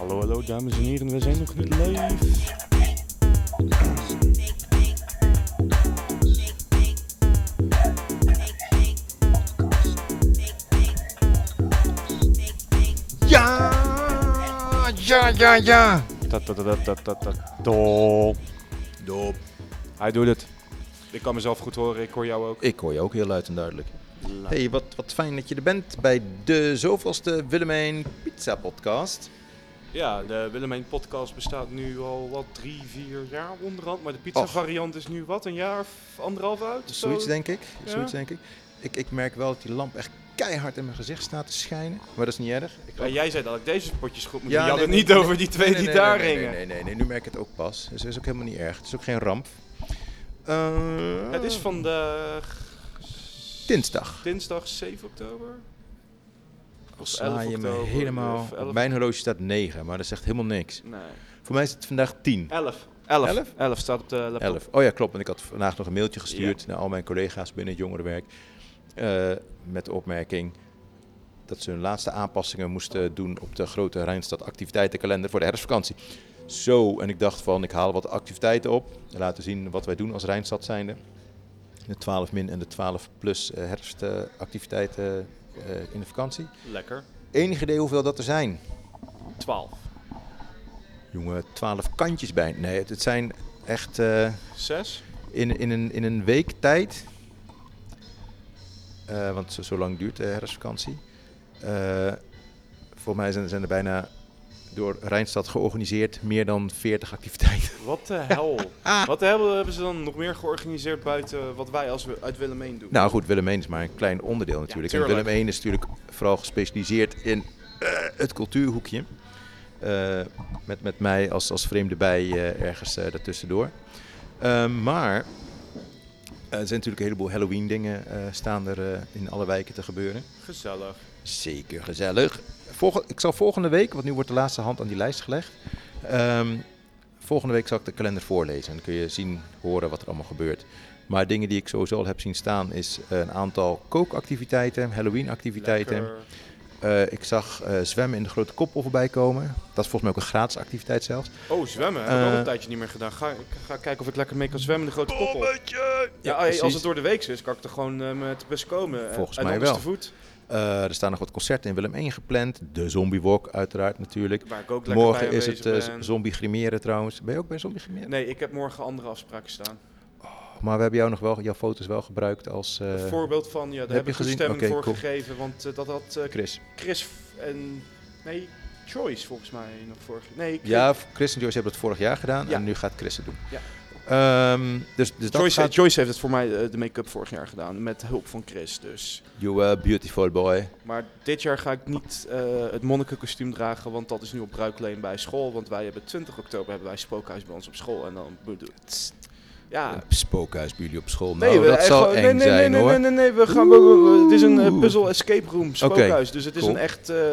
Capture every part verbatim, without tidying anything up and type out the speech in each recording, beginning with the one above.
Hallo, hallo dames en heren, we zijn nog niet live. Ja, ja, ja, ja. Dop. Dop. Hij doet het. Ik kan mezelf goed horen, ik hoor jou ook. Ik hoor je ook heel luid en duidelijk. Hey, wat, wat fijn dat je er bent bij de zoveelste Willemijn Pizza Podcast. Ja, de Willemijn podcast bestaat nu al wat drie, vier jaar onderhand. Maar de pizza variant is nu wat, een jaar of anderhalf uit? Of Zoiets zo? denk ik. Ja? Zoiets denk ik. ik. Ik merk wel dat die lamp echt keihard in mijn gezicht staat te schijnen. Maar dat is niet erg. Ik Ja, jij zei dat ik deze potjes goed moet Ja, doen. Je had nee, het niet nee, over nee, die twee nee, die nee, daar nee, nee, hingen. Nee, nee, nee, nee, nu merk ik het ook pas. Dus het is ook helemaal niet erg. Het is ook geen ramp. Uh, Het is vandaag... Dinsdag. Dinsdag zeven oktober? Of sla je me oktober, helemaal... of elf. Op mijn horloge staat negen, maar dat zegt helemaal niks. Nee. Voor mij is het vandaag tien. elf. elf. elf? elf staat op de laptop. elf. Oh ja, klopt. En ik had vandaag nog een mailtje gestuurd Ja. naar al mijn collega's binnen het jongerenwerk. Uh, met de opmerking dat ze hun laatste aanpassingen moesten doen op de grote Rijnstad activiteitenkalender voor de herfstvakantie. Zo, en ik dacht van, ik haal wat activiteiten op. En laten zien wat wij doen als Rijnstad zijnde. De twaalf min en de twaalf plus uh, herfstactiviteiten uh, in de vakantie. Lekker. Enig idee hoeveel dat er zijn? twaalf. Jongen, twaalf kantjes bij. Nee, het, het zijn echt... Uh, Zes? In, in, een, in een week tijd, uh, want zo, zo lang duurt de herfstvakantie. Uh, volgens mij zijn, zijn er bijna door Rijnstad georganiseerd meer dan veertig activiteiten. Wat de hel? ah. Wat de hel hebben ze dan nog meer georganiseerd buiten wat wij als we uit Willemijn doen? Nou goed, Willemijn is maar een klein onderdeel natuurlijk. Ja, en Willemijn is natuurlijk vooral gespecialiseerd in uh, het cultuurhoekje. Uh, met, met mij als, als vreemde bij uh, ergens uh, daartussendoor. Uh, maar uh, er zijn natuurlijk een heleboel Halloween dingen uh, staan er uh, in alle wijken te gebeuren. Gezellig. Zeker gezellig. Volg- ik zal volgende week, want nu wordt de laatste hand aan die lijst gelegd. Um, volgende week zal ik de kalender voorlezen en dan kun je zien, horen wat er allemaal gebeurt. Maar dingen die ik sowieso al heb zien staan is uh, een aantal kookactiviteiten, Halloween activiteiten. Lekker. Uh, ik zag uh, zwemmen in de Grote Koppel voorbij komen. Dat is volgens mij ook een gratis activiteit zelfs. Oh, zwemmen? Heb ik uh, al een tijdje niet meer gedaan. Ga, ga kijken of ik lekker mee kan zwemmen in de Grote Koppel. Ja, ja als het door de week is, kan ik er gewoon uh, met de bus komen. Volgens en mij wel. Te voet. Uh, er staan nog wat concerten in Willem één gepland. De Zombie Walk uiteraard natuurlijk. Waar ik ook lekker morgen bij is het uh, ben. Zombie Grimeren trouwens. Ben je ook bij Zombie Grimeren? Nee, ik heb morgen andere afspraken staan. Maar we hebben jou nog wel, jouw foto's wel gebruikt als... Uh, een voorbeeld van, ja, daar heb, heb ik toestemming okay, voor cool. gegeven, want uh, dat had uh, Chris. Chris en, nee, Joyce volgens mij nog vorig jaar. Nee, Chris. Ja, Chris en Joyce hebben het vorig jaar gedaan ja. en nu gaat Chris het doen. Ja. Um, dus, dus dat Joyce, gaat... Joyce heeft het voor mij uh, de make-up vorig jaar gedaan, met hulp van Chris, dus... You a beautiful boy. Maar dit jaar ga ik niet uh, het monnikenkostuum dragen, want dat is nu op bruikleen bij school, want wij hebben twintig oktober hebben wij spookhuis bij ons op school en dan bedoel ja. Een spookhuis bij jullie op school. Nou, nee, we, dat zal eng nee, nee, zijn nee, hoor. Nee, nee, nee, nee, we gaan, we, we, het is een uh, puzzle escape room spookhuis. Okay, dus het is cool. een echt... Uh,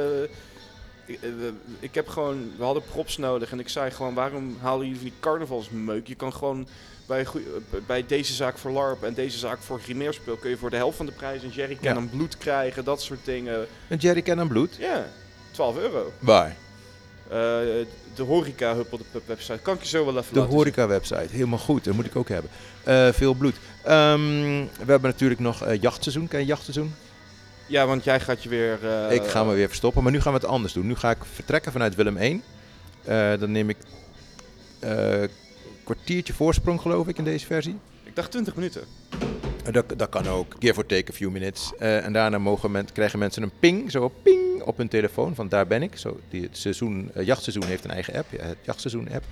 ik, uh, ik heb gewoon... We hadden props nodig en ik zei gewoon, waarom halen jullie die carnavalsmeuk? Je kan gewoon bij, bij deze zaak voor LARP en deze zaak voor grimeerspel kun je voor de helft van de prijs een jerrycan ja. aan bloed krijgen, dat soort dingen. Een jerrycan aan bloed? Ja, twaalf euro. Waar? Uh, de horeca Huppel de Pup website. Kan ik je zo wel even de laten De horeca website, helemaal goed. Dat moet ik ook hebben. Uh, veel bloed. Um, we hebben natuurlijk nog uh, jachtseizoen. Ken je jachtseizoen? Ja, want jij gaat je weer... Uh, ik ga me weer verstoppen, maar nu gaan we het anders doen. Nu ga ik vertrekken vanuit Willem één. Uh, dan neem ik een uh, kwartiertje voorsprong geloof ik in deze versie. Ik dacht twintig minuten. Uh, dat, dat kan ook. Give or take a few minutes. Uh, en daarna mogen men, krijgen mensen een ping, zo ping op hun telefoon, van daar ben ik. Zo, die, het seizoen, uh, jachtseizoen heeft een eigen app, ja, het jachtseizoen app.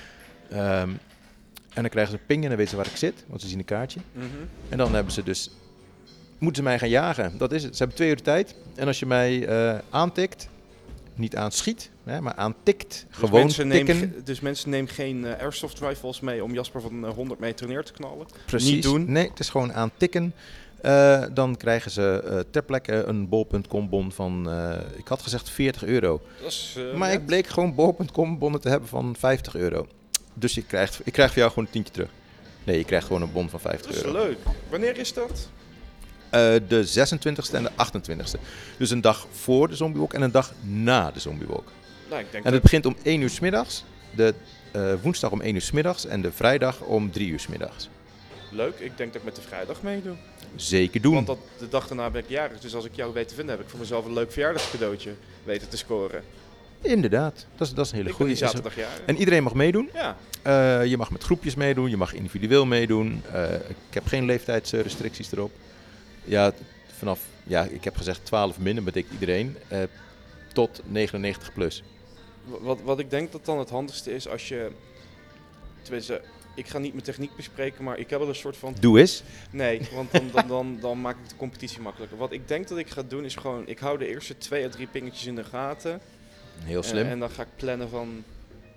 Um, en dan krijgen ze een ping en dan weten ze waar ik zit, want ze zien een kaartje. Mm-hmm. En dan hebben ze dus, moeten ze mij gaan jagen. Dat is het. Ze hebben twee uur de tijd. En als je mij uh, aantikt, niet aanschiet, hè, maar aantikt, dus gewoon mensen tikken. Neem, dus mensen nemen geen uh, airsoft rifles mee om Jasper van uh, honderd meter neer te knallen? Precies. Niet doen? Nee, het is gewoon aantikken. Uh, dan krijgen ze uh, ter plekke een bol punt com bon van, uh, ik had gezegd veertig euro. Dat is, uh, maar net. Ik bleek gewoon bol punt com bonnen te hebben van vijftig euro. Dus je krijgt, ik krijg voor jou gewoon een tientje terug. Nee, je krijgt gewoon een bon van vijftig euro. Dat is leuk. Wanneer is dat? Uh, de zesentwintigste en de achtentwintigste. Dus een dag voor de Zombie Walk en een dag na de Zombie Walk. Nou, ik denk en dat het begint om één uur 's middags, de uh, woensdag om één uur 's middags en de vrijdag om drie uur 's middags. Leuk, ik denk dat ik met de vrijdag meedoe. Zeker doen. Want dat, de dag daarna ben ik jarig, dus als ik jou weet te vinden, heb ik voor mezelf een leuk verjaardagscadeautje weten te scoren. Inderdaad, dat is, dat is een hele ik goede. Ik ben die zaterdag jarig. En iedereen mag meedoen. Ja. Uh, je mag met groepjes meedoen, je mag individueel meedoen. Uh, ik heb geen leeftijdsrestricties erop. Ja, vanaf, ja, ik heb gezegd twaalf min, dat betekent iedereen, uh, tot negenennegentig plus. Wat, wat ik denk dat dan het handigste is als je, tenminste, ik ga niet mijn techniek bespreken, maar ik heb wel een soort van... Doe eens. Nee, want dan, dan, dan, dan maak ik de competitie makkelijker. Wat ik denk dat ik ga doen is gewoon, ik hou de eerste twee à drie pingetjes in de gaten. Heel slim. En, en dan ga ik plannen van...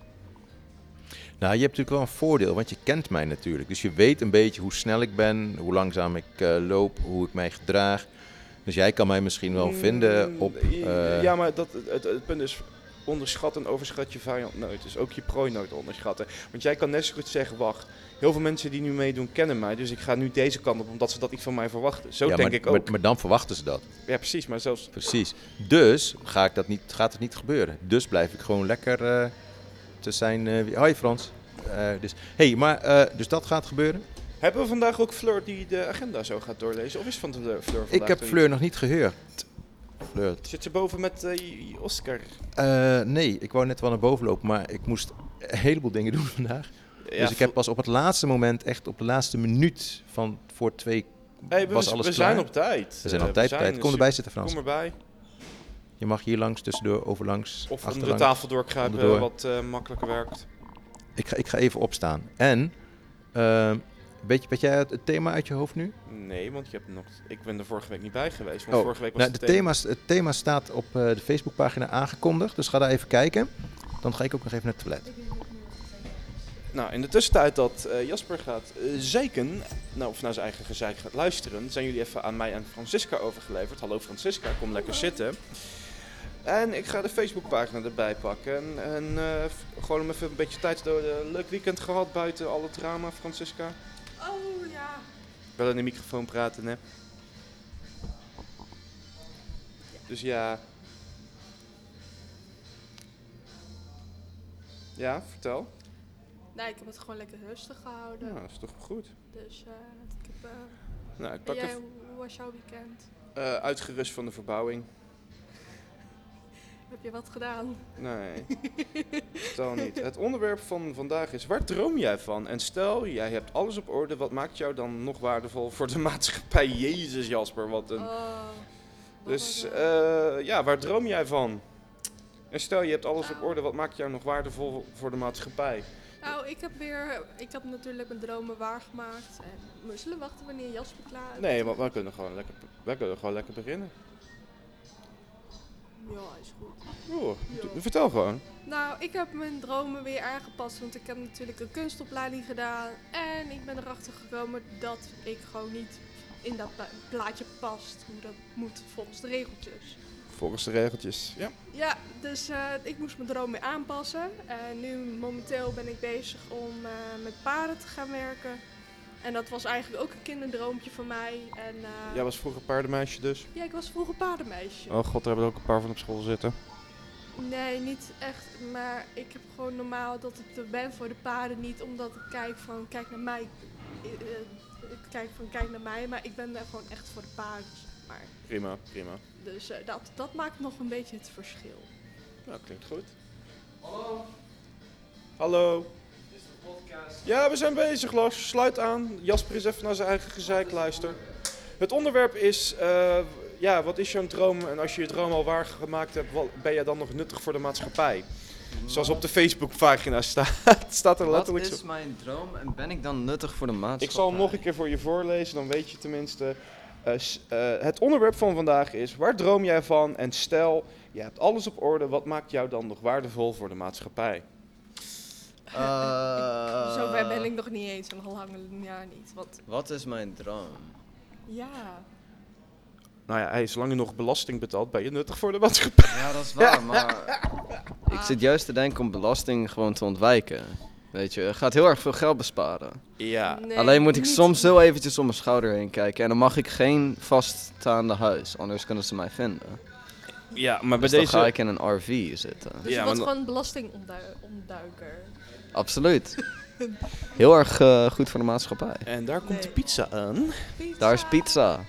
Nou, je hebt natuurlijk wel een voordeel, want je kent mij natuurlijk. Dus je weet een beetje hoe snel ik ben, hoe langzaam ik uh, loop, hoe ik mij gedraag. Dus jij kan mij misschien wel vinden op... Uh... Ja, maar dat, het, het punt is, onderschat en overschat je vijand nooit. Dus ook je prooi nooit onderschatten. Want jij kan net zo goed zeggen, wacht, heel veel mensen die nu meedoen kennen mij. Dus ik ga nu deze kant op, omdat ze dat niet van mij verwachten. Zo ja, denk maar, ik ook. Maar, maar dan verwachten ze dat. Ja, precies. Maar zelfs... Precies. Dus ga ik dat niet, gaat het niet gebeuren. Dus blijf ik gewoon lekker uh, te zijn... Uh, hoi Frans. Uh, dus, hey, maar, uh, dus dat gaat gebeuren. Hebben we vandaag ook Fleur die de agenda zo gaat doorlezen? Of is van de Fleur vandaag? Ik heb Fleur nog niet gehoord. Fleur. Zit ze boven met uh, Oscar? Uh, nee, ik wou net wel naar boven lopen, maar ik moest een heleboel dingen doen vandaag. Ja, dus ik heb pas op het laatste moment, echt op de laatste minuut van voor twee, hey, we, was alles we klaar. zijn op tijd. We zijn op uh, tijd. zijn tijd. Kom erbij zitten, Frans. Kom erbij. Je mag hier langs, tussendoor, overlangs, of achterlangs. onder de tafel doorkruipen, onderdoor. Wat uh, makkelijker werkt. Ik ga, ik ga even opstaan. En, uh, weet, je, weet jij het, het thema uit je hoofd nu? Nee, want je hebt nog, ik ben er vorige week niet bij geweest. Want oh, vorige week was nou, het, de thema. thema's, het thema staat op uh, de Facebookpagina aangekondigd, dus ga daar even kijken. Dan ga ik ook nog even naar het toilet. Nou, in de tussentijd dat uh, Jasper gaat uh, zeiken, nou, of naar zijn eigen gezeik gaat luisteren, zijn jullie even aan mij en Francisca overgeleverd. Hallo Francisca, kom lekker zitten. En ik ga de Facebookpagina erbij pakken. En, en uh, gewoon om even een beetje tijd te doden. Een leuk weekend gehad buiten alle drama, Francisca. Oh ja. Wel in de microfoon praten, hè? Dus ja. Ja, vertel. Nee, ik heb het gewoon lekker rustig gehouden. Ja, dat is toch goed. Dus uh, ik heb... Uh... Nou, ik pak en jij, even... hoe was jouw weekend? Uh, uitgerust van de verbouwing. Heb je wat gedaan? Nee, stel niet. Het onderwerp van vandaag is, waar droom jij van? En stel, jij hebt alles op orde, wat maakt jou dan nog waardevol voor de maatschappij? Jezus Jasper, wat een... Oh, dus uh, ja, waar droom jij van? En stel, je hebt alles op orde, wat maakt jou nog waardevol voor de maatschappij? Nou, ik heb weer, ik heb natuurlijk mijn dromen waargemaakt. En we zullen wachten wanneer Jasper klaar is. Nee, maar wij kunnen gewoon lekker, wij kunnen gewoon lekker beginnen. Ja, is goed. Oh, ja. Vertel gewoon. Nou, ik heb mijn dromen weer aangepast, want ik heb natuurlijk een kunstopleiding gedaan. En ik ben erachter gekomen dat ik gewoon niet in dat plaatje past, hoe dat moet volgens de regeltjes. Volgens de regeltjes, ja. Ja, dus uh, ik moest mijn droom weer aanpassen. En uh, nu momenteel ben ik bezig om uh, met paarden te gaan werken. En dat was eigenlijk ook een kinderdroompje van mij. En, uh, Jij was vroeger paardenmeisje dus? Ja, ik was vroeger paardenmeisje. Oh god, daar hebben er ook een paar van op school zitten. Nee, niet echt. Maar ik heb gewoon normaal dat ik er ben voor de paarden. Niet omdat ik kijk van, kijk naar mij. Uh, ik kijk van, kijk naar mij. Maar ik ben er gewoon echt voor de paarden. Maar. Prima, prima. Dus uh, dat, dat maakt nog een beetje het verschil. Nou, klinkt goed. Hallo. Hallo. Dit is de podcast. Ja, we zijn bezig, Lars. Sluit aan. Jasper is even naar zijn eigen gezeik luisteren. Het onderwerp is, uh, ja, wat is jouw droom? En als je je droom al waargemaakt hebt, wat, ben jij dan nog nuttig voor de maatschappij? Wat? Zoals op de Facebookpagina staat, staat er letterlijk zo. Wat is mijn droom en ben ik dan nuttig voor de maatschappij? Ik zal hem nog een keer voor je voorlezen, dan weet je tenminste. Uh, uh, het onderwerp van vandaag is, waar droom jij van? En stel, je hebt alles op orde, wat maakt jou dan nog waardevol voor de maatschappij? Uh, Zover ben ik nog niet eens, en al lang een jaar niet. Wat, wat is mijn droom? Ja. Nou ja, hey, zolang je nog belasting betaalt, ben je nuttig voor de maatschappij. Ja, dat is waar, maar ik zit juist te denken om belasting gewoon te ontwijken. Weet je, het gaat heel erg veel geld besparen. Ja. Nee, Alleen moet ik niet. soms heel eventjes om mijn schouder heen kijken. En dan mag ik geen vaststaande huis, anders kunnen ze mij vinden. Ja, maar bij Dus deze... dan ga ik in een R V zitten. Dus Ja, je wordt maar- gewoon belastingontduiker. Absoluut. Heel erg uh, goed voor de maatschappij. En daar komt Nee. de pizza aan. Pizza. Daar is pizza.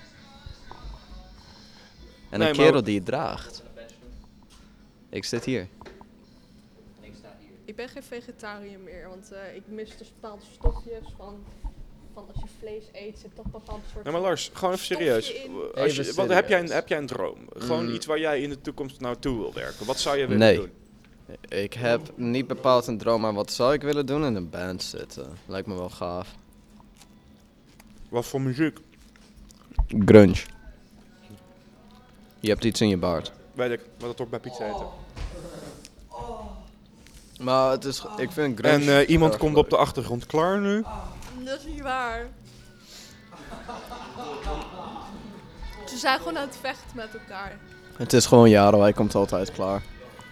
En Nee, een kerel maar- die het draagt. Ik zit hier. Ik ben geen vegetariër meer, want uh, ik mis dus bepaalde stofjes van, van als je vlees eet, zit toch bepaalde soort Ja, maar Lars, gewoon even serieus. stofje in. Als je, Even wat, heb, jij een, serieus. heb jij een droom? Gewoon Mm. iets waar jij in de toekomst naartoe wil werken. Wat zou je willen Nee. doen? Ik heb niet bepaald een droom, maar wat zou ik willen doen? In een band zitten. Lijkt me wel gaaf. Wat voor muziek? Grunge. Je hebt iets in je baard. Weet ik, wat het ook bij pizza eten. Maar het is, ik vind grunge... En uh, iemand heel erg komt leuk. op de achtergrond klaar nu. Dat is niet waar. Ze zijn gewoon aan het vechten met elkaar. Het is gewoon Jaro, hij komt altijd klaar.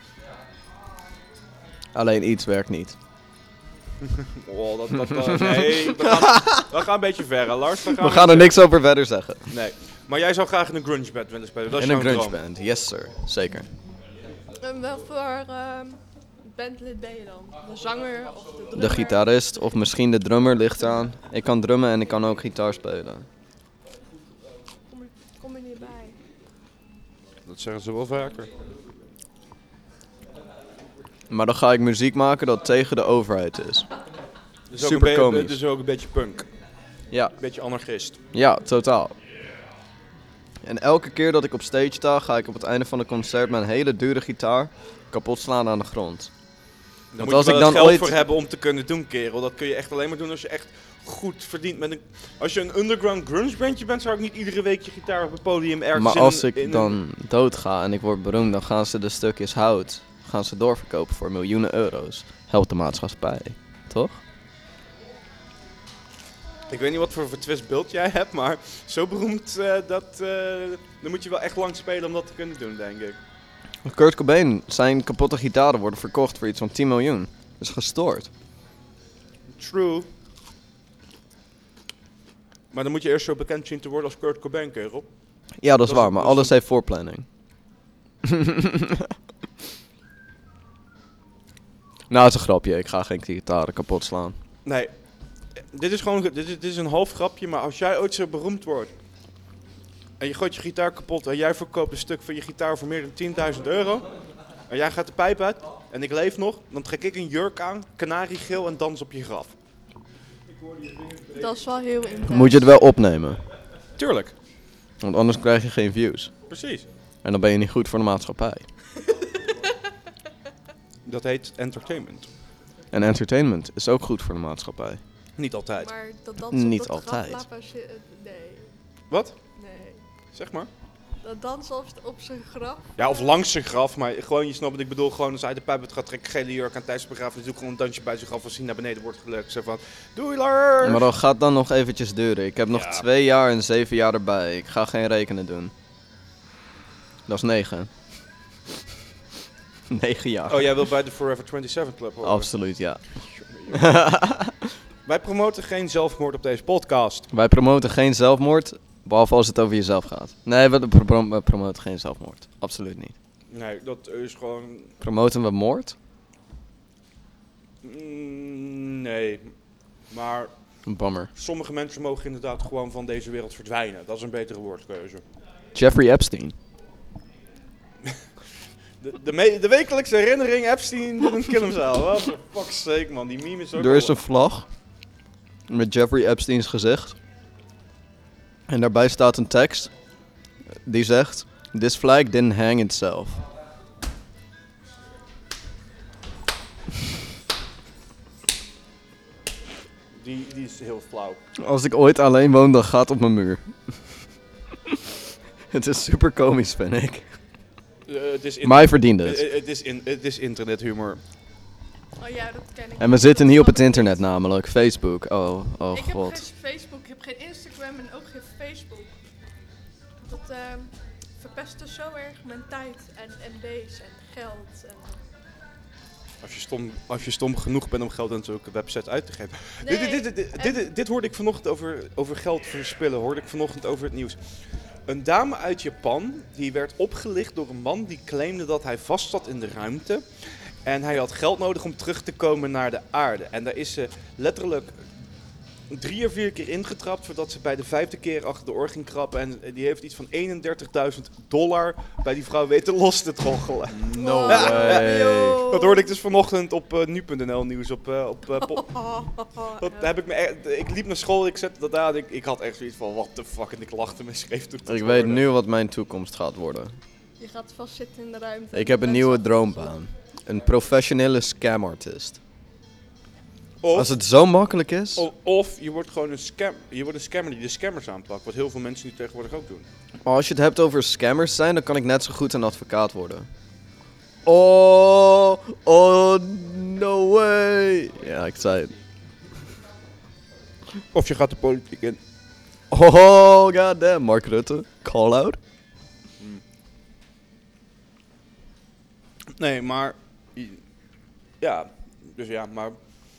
Alleen iets werkt niet. Oh, dat, dat, dat nee, we gaan, we gaan een beetje ver, hè, Lars. We gaan, We gaan er niks over verder zeggen. Nee, maar jij zou graag in een grunge band willen spelen. Dat is In een jouw grunge droom. band, yes sir. Zeker. En wel voor uh, bandlid ben je dan? De zanger of de drummer? De gitarist of misschien de drummer ligt aan. Ik kan drummen en ik kan ook gitaar spelen. Kom er, kom er niet bij. Dat zeggen ze wel vaker. Maar dan ga ik muziek maken dat tegen de overheid is. Dus ook Super een be- komisch. Dus ook een beetje punk. Ja, Een beetje anarchist. ja, totaal. En elke keer dat ik op stage sta, ga ik op het einde van het concert mijn hele dure gitaar kapot slaan aan de grond. Daar Want moet als je ik wel dan het geld ooit- voor hebben om te kunnen doen, kerel. Dat kun je echt alleen maar doen als je echt goed verdient met een... Als je een underground grunge bandje bent, zou ik niet iedere week je gitaar op het podium ergens Maar in als een- ik in een- dan doodga en ik word beroemd, dan gaan ze de stukjes hout gaan ze doorverkopen voor miljoenen euro's. Helpt de maatschappij, toch? Ik weet niet wat voor twist beeld jij hebt, maar zo beroemd uh, dat... Uh, dan moet je wel echt lang spelen om dat te kunnen doen, denk ik. Kurt Cobain, zijn kapotte gitaren worden verkocht voor iets van tien miljoen. Dat is gestoord. True. Maar dan moet je eerst zo bekend zien te worden als Kurt Cobain, kerel. Ja, dat is Dat is- waar, maar dat is alles een- heeft voorplanning. Nou, het is een grapje. Ik ga geen gitaren kapot slaan. Nee, dit is gewoon dit is, dit is een half grapje, maar als jij ooit zo beroemd wordt en je gooit je gitaar kapot en jij verkoopt een stuk van je gitaar voor meer dan tienduizend euro en jij gaat de pijp uit en ik leef nog, dan trek ik een jurk aan, kanariegeel en dans op je graf. Dat is wel heel intens. Moet je het wel opnemen, Tuurlijk, want anders krijg je geen views. precies. En dan ben je niet goed voor de maatschappij. Dat heet entertainment. En entertainment is ook goed voor de maatschappij. Niet altijd. Maar dat dansen Niet op dat altijd. graf laat je... Nee, Wat? nee. Zeg maar. Dat dansen op, op zijn graf. Ja, of langs zijn graf, maar gewoon, je snapt wat ik bedoel, gewoon als hij de pijp uit gaat trekken, gele jurk aan tijdens de begrafenis, doe ik gewoon een dansje bij zijn graf als hij naar beneden wordt gelukt. Zo van, doei Lars! Maar dat gaat dan nog eventjes duren. Ik heb nog Ja. twee jaar en zeven jaar erbij. Ik ga geen rekenen doen. Dat is negen. Negen jaar. Oh, jij wil bij de Forever zevenentwintig Club horen? Absoluut, ja. Wij promoten geen zelfmoord op deze podcast. Wij promoten geen zelfmoord, behalve als het over jezelf gaat. Nee, we, pro- we promoten geen zelfmoord. Absoluut niet. Nee, dat is gewoon... Promoten we moord? Mm, nee. Maar Een bammer. sommige mensen mogen inderdaad gewoon van deze wereld verdwijnen. Dat is een betere woordkeuze. Jeffrey Epstein. De, de, me- de wekelijkse herinnering, Epstein doet een kill himself. What the fuck's sake, man. Die meme is zo Er is cool. een vlag met Jeffrey Epstein's gezicht. En daarbij staat een tekst die zegt: This flag didn't hang itself. Die, die is heel flauw. Als ik ooit alleen woon, dan gaat het op mijn muur. Het is super komisch, vind ik. Uh, het is in- Maar hij verdient Eh, het. eh, Het is, in, het is internethumor. Oh ja, dat ken ik. En we zitten niet op het internet namelijk. Facebook. Oh, oh ik heb god. geen Facebook, ik heb geen Instagram en ook geen Facebook. Dat ehm verpest dus zo erg mijn tijd en MB's en geld. En... Als je, stom, als je stom genoeg bent om geld aan zulke websites uit te geven. Nee, dit, dit, dit, dit, en- dit, dit hoorde ik vanochtend over, over geld verspillen. Hoorde ik vanochtend over het nieuws. Een dame uit Japan, die werd opgelicht door een man die claimde dat hij vast zat in de ruimte. En hij had geld nodig om terug te komen naar de aarde. En daar is ze letterlijk drie of vier keer ingetrapt voordat ze bij de vijfde keer achter de oor ging krabben. En die heeft iets van eenendertigduizend dollar bij die vrouw weten los te troggelen. No Wow. way. Yo. Dat hoorde ik dus vanochtend op uh, nu punt n l nieuws. Op, uh, op, uh, pop. Dat heb ik, me echt, ik liep naar school, ik zette dat aan. Ik, ik had echt zoiets van, what the fuck. En ik lachte me schreef toen. Ik weet nu wat mijn toekomst gaat worden. Je gaat vastzitten in de ruimte. Ik heb een nieuwe droombaan. Een professionele scamartist. Of, Als het zo makkelijk is. of, of je wordt gewoon een, scam, je wordt een scammer die de scammers aanpakt. Wat heel veel mensen nu tegenwoordig ook doen. Maar als je het hebt over scammers zijn, dan kan ik net zo goed een advocaat worden. Oh, oh, no way. Ja, ik zei het. Of je gaat de politiek in. Oh, goddamn. Mark Rutte, call out. Nee, maar... Ja, dus ja, maar...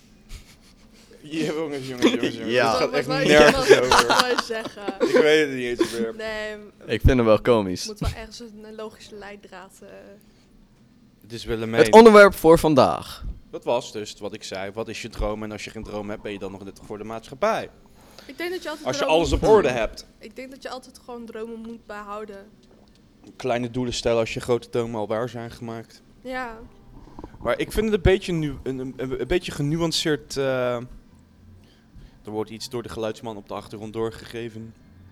Ja, jongens, jongens, jongens, jongens. Ja. Het gaat echt Wat wou je- nergens wat- over. Wat wou je zeggen? Ik weet het niet eens meer. Nee, Ik vind hem wel komisch. moet wel ergens een, een logische leidraad. Uh, Het is Willemijn. Het onderwerp voor vandaag. Dat was dus wat ik zei. Wat is je droom? En als je geen droom hebt, ben je dan nog nuttig voor de maatschappij. ik denk dat je altijd Als je dromen alles op moet- orde hebt. Ik denk dat je altijd gewoon dromen moet behouden. Kleine doelen stellen als je grote dromen al waar zijn gemaakt. Ja. Maar ik vind het een beetje, nu, een, een, een beetje genuanceerd. Uh, er wordt iets door de geluidsman op de achtergrond doorgegeven.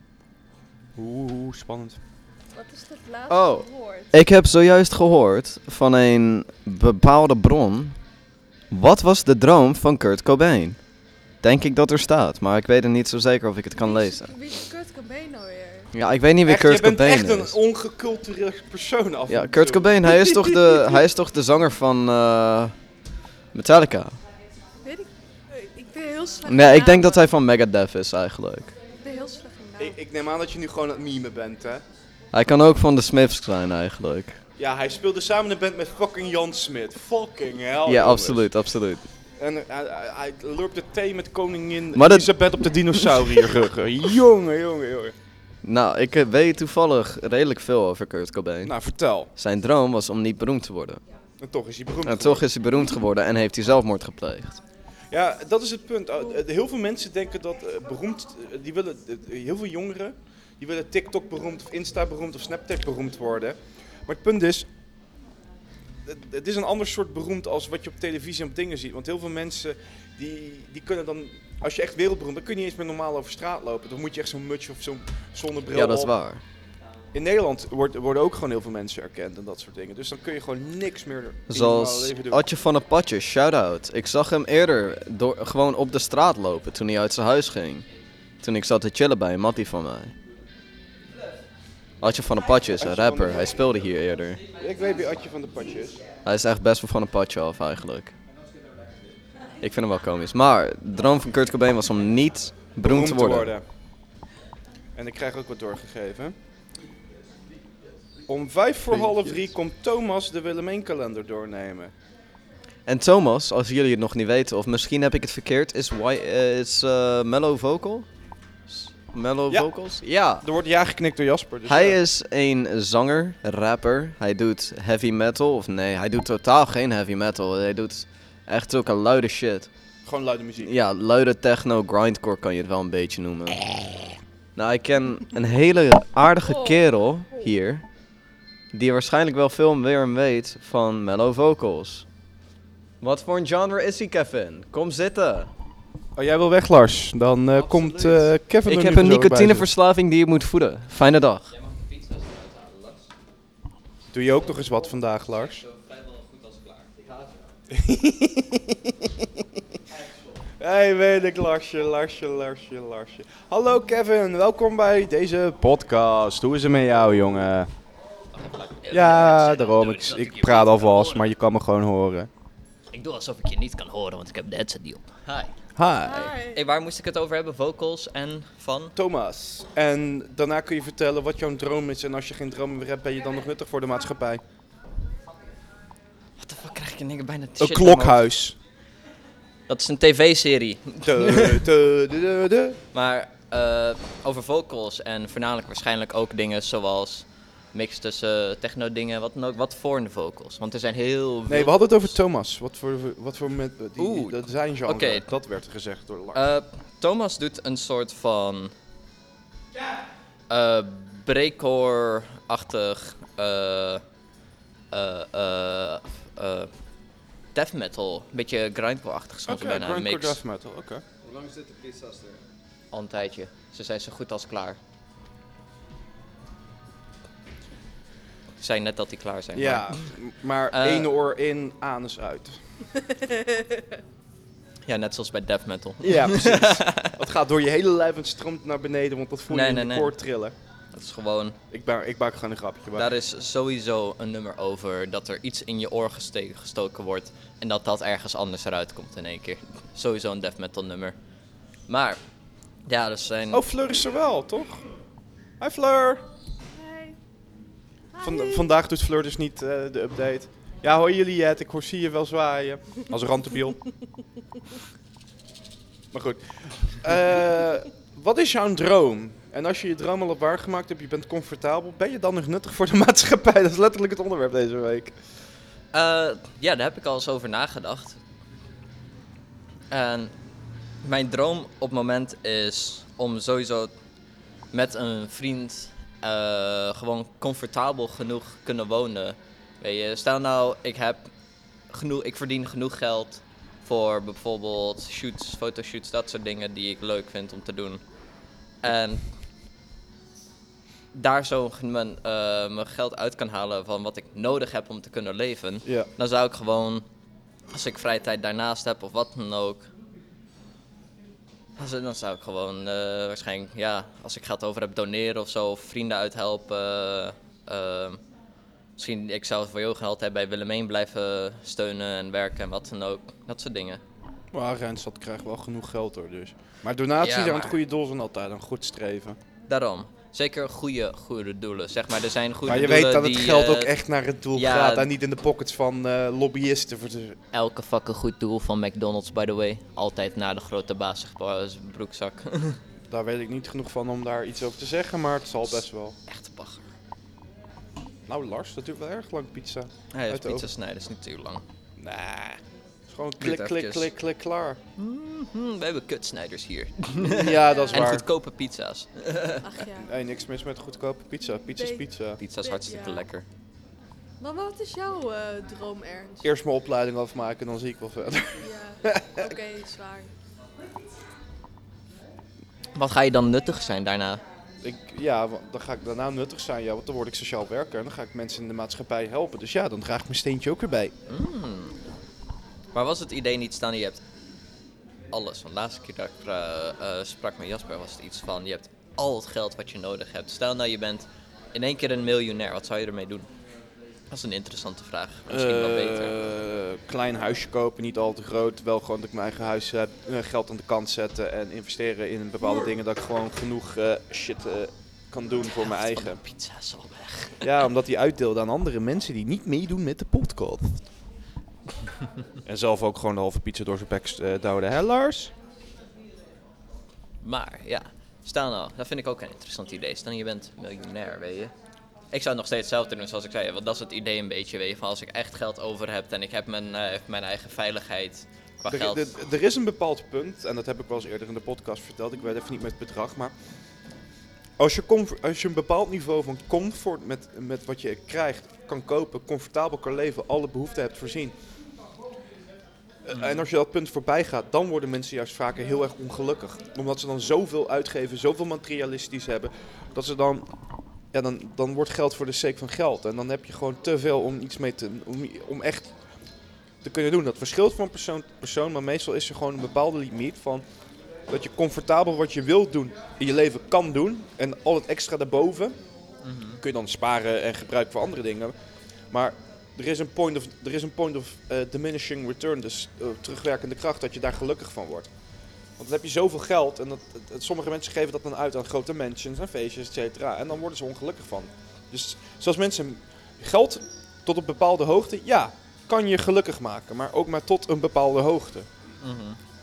Oeh, spannend. Wat is het laatste Oh. woord? Ik heb zojuist gehoord van een bepaalde bron. Wat was de droom van Kurt Cobain? Denk ik dat er staat, maar ik weet het niet zo zeker of ik het kan Wie is- lezen. Wie is Kurt Cobain nou weer? Ja, ik weet niet wie Echt, Kurt je bent Cobain echt is. een ongecultureerd persoon af. Ja, en Kurt toe. Cobain, hij is toch de, hij is toch de zanger van eh, Metallica? Weet ik. eh, Ik ben heel slecht. Nee, in ik denk namen. dat hij van Megadeth is eigenlijk. Ik ben heel slecht in namen. Ik, ik neem aan dat je nu gewoon aan het meme bent, hè? Hij kan ook van de Smiths zijn eigenlijk. Ja, hij speelde samen in een band met fucking Jan Smit. Fucking hell, Ja, jongens. absoluut, absoluut. En uh, hij, hij lurpte thee met koningin Maar dat- Elisabeth op de dinosaurierruggen. jongen, jongen, jongen. Nou, ik eh, weet toevallig redelijk veel over Kurt Cobain. Nou, vertel. Zijn droom was om niet beroemd te worden. En toch is hij beroemd En geworden. toch is hij beroemd geworden en heeft hij zelfmoord gepleegd. Ja, dat is het punt. Uh, uh, heel veel mensen denken dat uh, beroemd... uh, die willen, uh, heel veel jongeren, die willen TikTok beroemd of Insta beroemd of Snapchat beroemd worden. Maar het punt is... Het, het is een ander soort beroemd als wat je op televisie en op dingen ziet. Want heel veel mensen, die, die kunnen dan... Als je echt wereldberoemd bent, dan kun je niet eens meer normaal over straat lopen. Dan moet je echt zo'n mutsje of zo'n zonnebril Ja, dat is op. waar. In Nederland wordt, worden ook gewoon heel veel mensen erkend en dat soort dingen. Dus dan kun je gewoon niks meer in je normale Zoals leven doen. Atje van een Patje, shout-out. Ik zag hem eerder door, gewoon op de straat lopen toen hij uit zijn huis ging. Toen ik zat te chillen bij een mattie van mij. Atje van een Patje is een rapper, hij speelde hier eerder. Ik weet wie Atje van de Patje is. Hij is echt best wel van een patje af eigenlijk. Ik vind hem wel komisch. Maar de droom van Kurt Cobain was om niet beroemd te worden. En ik krijg ook wat doorgegeven. Om vijf voor half drie komt Thomas de Willemijn-kalender doornemen. En Thomas, als jullie het nog niet weten, of misschien heb ik het verkeerd, is, why, uh, is uh, Mellow Vocal? Mellow Ja. Vocals? Ja. Er wordt ja geknikt door Jasper. Dus Hij ja. is een zanger, rapper. Hij doet heavy metal. Of nee, hij doet totaal geen heavy metal. Hij doet echt zulke luide shit. Gewoon luide muziek. Ja, luide techno, grindcore kan je het wel een beetje noemen. Nou, ik ken een hele aardige kerel hier. Die waarschijnlijk wel veel meer weet van Mellow Vocals. Wat voor een genre is hij, Kevin? Kom zitten. Oh, jij wil weg, Lars? Dan uh, komt uh, Kevin Ik er heb nu een zo bij nicotineverslaving die je moet voeden. Fijne dag. zitten. Doe je ook nog eens wat vandaag, Lars? Hey, weet ik, Larsje, Larsje, Larsje, Larsje. Hallo Kevin, welkom bij deze podcast. Hoe is het met jou, jongen? Ja, daarom. Ik, ik praat alvast, maar je kan me gewoon horen. Ik doe alsof ik je niet kan horen, want ik heb de headset niet op. Hi. Hi. Hi. Hey, waar moest ik het over hebben? Vocals en van? Thomas. En daarna kun je vertellen wat jouw droom is. En als je geen droom meer hebt, ben je dan nog nuttig voor de maatschappij? Wat de fuck krijg ik in één keer bijna Een shit in mijn hoofd. klokhuis. Dat is een tv-serie. De, de, de, de, de. Maar Uh, over vocals en voornamelijk waarschijnlijk ook dingen zoals mix tussen techno dingen, wat dan ook, wat voor de vocals. Want er zijn heel veel... Nee, we hadden het over Thomas. Wat voor, wat voor met, die, Oeh, dat zijn genre, okay. dat werd gezegd door Lars. Uh, Thomas doet een soort van uh, breakcore-achtig uh, uh, uh, uh, death metal, een beetje grindcore-achtig soms okay, bijna een mix. Death metal, oké. Okay. Hoe lang zitten pizza's er? Al een tijdje. Ze zijn zo goed als klaar. Ze zijn net dat die klaar zijn. Ja, maar, maar uh, ene oor in, anus uit. Ja, net zoals bij death metal. Ja, precies. Het gaat door je hele lijf en het stroomt naar beneden, want dat voel je nee, in nee, de nee. koord trillen. Dat is gewoon... Ik, ba- ik maak gewoon een grapje. Maar. Daar is sowieso een nummer over dat er iets in je oor geste- gestoken wordt en dat dat ergens anders eruit komt in één keer. Sowieso een death metal nummer. Maar, ja, er zijn... Oh, Fleur is er wel, toch? Hi Fleur! Hey. Van, vandaag doet Fleur dus niet uh, de update. Ja, hoor jullie het? Ik hoor zie je wel zwaaien. Als rantebiel. Maar goed. Uh, wat is jouw droom? En als je je droom al hebt waargemaakt hebt, je bent comfortabel, ben je dan nog nuttig voor de maatschappij? Dat is letterlijk het onderwerp deze week. Uh, ja, daar heb ik al eens over nagedacht. En mijn droom op het moment is om sowieso met een vriend uh, gewoon comfortabel genoeg kunnen wonen. Weet je, stel nou, ik heb genoeg, ik verdien genoeg geld voor bijvoorbeeld shoots, fotoshoots, dat soort dingen die ik leuk vind om te doen. En daar zo mijn, uh, mijn geld uit kan halen van wat ik nodig heb om te kunnen leven. Ja. Dan zou ik gewoon, als ik vrije tijd daarnaast heb of wat dan ook, dan zou ik gewoon uh, waarschijnlijk, ja, als ik geld over heb, doneren of zo, of vrienden uithelpen. Uh, misschien, ik zou voor jou geld hebben bij Willemijn blijven steunen en werken en wat dan ook. Dat soort dingen. Maar Rijnstad krijgt wel genoeg geld hoor, dus. Maar donaties Ja, aan maar... het goede doel zijn altijd een goed streven. Daarom. Zeker goede, goede doelen, zeg maar. Er zijn goede maar je doelen weet dat het die, geld uh, ook echt naar het doel ja, gaat en niet in de pockets van uh, lobbyisten. Voor de... Elke fucking goed doel van McDonald's, by the way. Altijd naar de grote baas broekzak. Daar weet ik niet genoeg van om daar iets over te zeggen, maar het zal best wel. Echt bagger. Nou Lars, dat duurt wel erg lang pizza. Hij heeft de pizza snijden, is niet te lang. Nee, het is gewoon Duurt klik, klik, eventjes. klik, klik, klaar. Mm-hmm, we hebben kutsnijders hier. Ja, dat is En waar. goedkope pizza's. Ach ja. Nee, niks mis met goedkope pizza. Pizza is Nee. pizza. Pizza is Ja. hartstikke lekker. Maar wat is jouw uh, droom, Ernst? Eerst mijn opleiding afmaken en dan zie ik wel verder. Ja, oké, okay, zwaar. Wat ga je dan nuttig zijn daarna? Ik, ja, want dan ga ik daarna nuttig zijn, ja, want dan word ik sociaal werker en dan ga ik mensen in de maatschappij helpen. Dus ja, dan draag ik mijn steentje ook erbij. Mm. Maar was het idee niet staan, je hebt alles. Want de laatste keer dat ik uh, uh, sprak met Jasper was het iets van, je hebt al het geld wat je nodig hebt. Stel nou je bent in één keer een miljonair, wat zou je ermee doen? Dat is een interessante vraag. Misschien uh, wel beter. Klein huisje kopen, niet al te groot. Wel gewoon dat ik mijn eigen huis heb, uh, geld aan de kant zetten en investeren in bepaalde dingen. Dat ik gewoon genoeg uh, shit uh, kan doen voor mijn eigen. De pizza is al weg. Ja, omdat die uitdeelde aan andere mensen die niet meedoen met de podcast. En zelf ook gewoon de halve pizza door zijn bek uh, duwde, hè Lars? Maar ja, stel nou, dat vind ik ook een interessant idee. Stel je bent miljonair, weet je. Ik zou het nog steeds hetzelfde doen zoals ik zei, want dat is het idee een beetje, weet je. Van als ik echt geld over heb en ik heb mijn, uh, mijn eigen veiligheid qua er, geld. Er, er is een bepaald punt, en dat heb ik wel eens eerder in de podcast verteld. Ik weet even niet met het bedrag, maar als je, comfort, als je een bepaald niveau van comfort met, met wat je krijgt kan kopen, comfortabel kan leven, alle behoeften hebt voorzien. Mm. En als je dat punt voorbij gaat, dan worden mensen juist vaker heel erg ongelukkig. Omdat ze dan zoveel uitgeven, zoveel materialistisch hebben, dat ze dan... Ja, dan, dan wordt geld voor de sake van geld. En dan heb je gewoon te veel om iets mee te... Om, om echt te kunnen doen. Dat verschilt van persoon tot persoon. Maar meestal is er gewoon een bepaalde limiet van... Dat je comfortabel wat je wilt doen in je leven kan doen. En al het extra daarboven mm-hmm. kun je dan sparen en gebruiken voor andere dingen. Maar er is een point of, er is een point of uh, diminishing return. Dus uh, terugwerkende kracht dat je daar gelukkig van wordt. Want dan heb je zoveel geld en dat, dat, sommige mensen geven dat dan uit aan grote mansions en feestjes, et cetera. En dan worden ze ongelukkig van. Dus zoals mensen geld tot een bepaalde hoogte, ja, kan je gelukkig maken. Maar ook maar tot een bepaalde hoogte. Mm-hmm.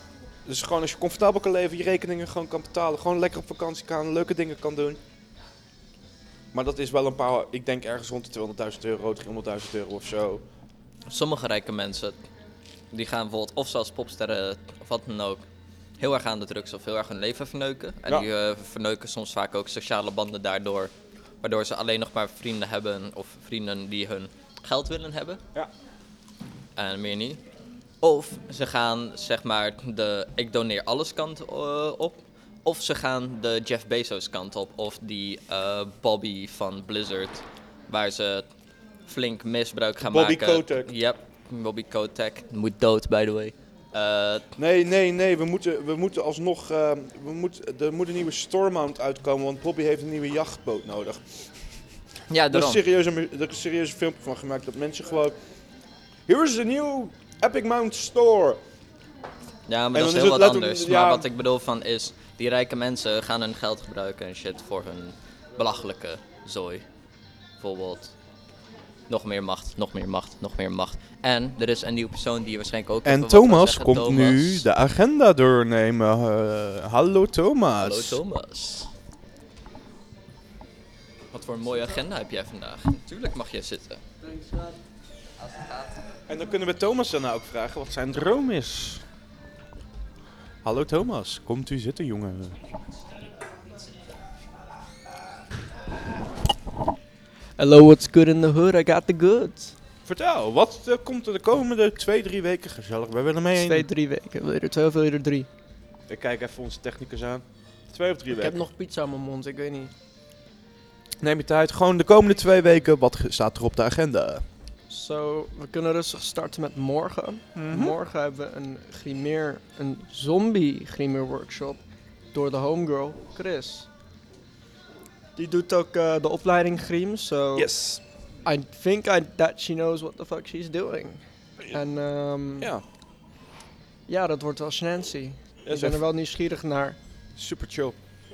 Dus gewoon als je comfortabel kan leven, je rekeningen gewoon kan betalen, gewoon lekker op vakantie kan, leuke dingen kan doen. Maar dat is wel een paar, ik denk ergens rond de tweehonderdduizend euro, driehonderdduizend euro of zo. Sommige rijke mensen, die gaan bijvoorbeeld of zelfs popsterren of wat dan ook, heel erg aan de drugs of heel erg hun leven verneuken. En Ja. die uh, verneuken soms vaak ook sociale banden daardoor, waardoor ze alleen nog maar vrienden hebben of vrienden die hun geld willen hebben. Ja. En meer niet. Of ze gaan zeg maar de ik doneer alles kant uh, op. Of ze gaan de Jeff Bezos kant op. Of die uh, Bobby van Blizzard. Waar ze flink misbruik gaan Bobby maken. Kotick. Yep, Bobby Kotick. Moet dood, by the way. Uh, Nee, nee, nee, we moeten, we moeten alsnog, uh, we moeten, er moet een nieuwe Stormount uitkomen, want Bobby heeft een nieuwe jachtboot nodig. ja, Er is, daarom. serieus een, er is een serieus filmpje van gemaakt dat mensen gewoon... Here is the new Epic Mount store. Ja, maar En dat is dan heel is wat het anders. letterlijk- ja. Maar wat ik bedoel van is, die rijke mensen gaan hun geld gebruiken en shit voor hun belachelijke zooi. Bijvoorbeeld, nog meer macht, nog meer macht, nog meer macht. En er is een nieuwe persoon die waarschijnlijk ook... even En wat kan Thomas zeggen. komt Thomas. nu de agenda doornemen. Uh, hallo Thomas. Hallo Thomas. Wat voor een mooie agenda heb jij vandaag? Natuurlijk mag jij zitten. En dan kunnen we Thomas dan ook vragen wat zijn droom is. Hallo Thomas, komt u zitten jongen. Hello, what's good in the hood? I got the goods. Vertel, wat uh, komt er de komende twee, drie weken gezellig bij Willem heen? Twee, drie weken. Wil je er twee of wil je er drie? Ik kijk even onze technicus aan. Twee of drie Ik weken. heb nog pizza in mijn mond, ik weet niet. Neem je tijd, gewoon de komende twee weken, wat ge- staat er op de agenda? Zo, we kunnen rustig starten met morgen. Mhm. Morgen hebben we een grimeer, een zombie grimeer workshop door de homegirl Chris. Die doet ook uh, de opleiding Griem, so Yes. I think I, that she knows what the fuck she's doing. En um, ja. Ja, dat wordt wel snancy. dat Ik is ben er echt wel nieuwsgierig naar. super chill.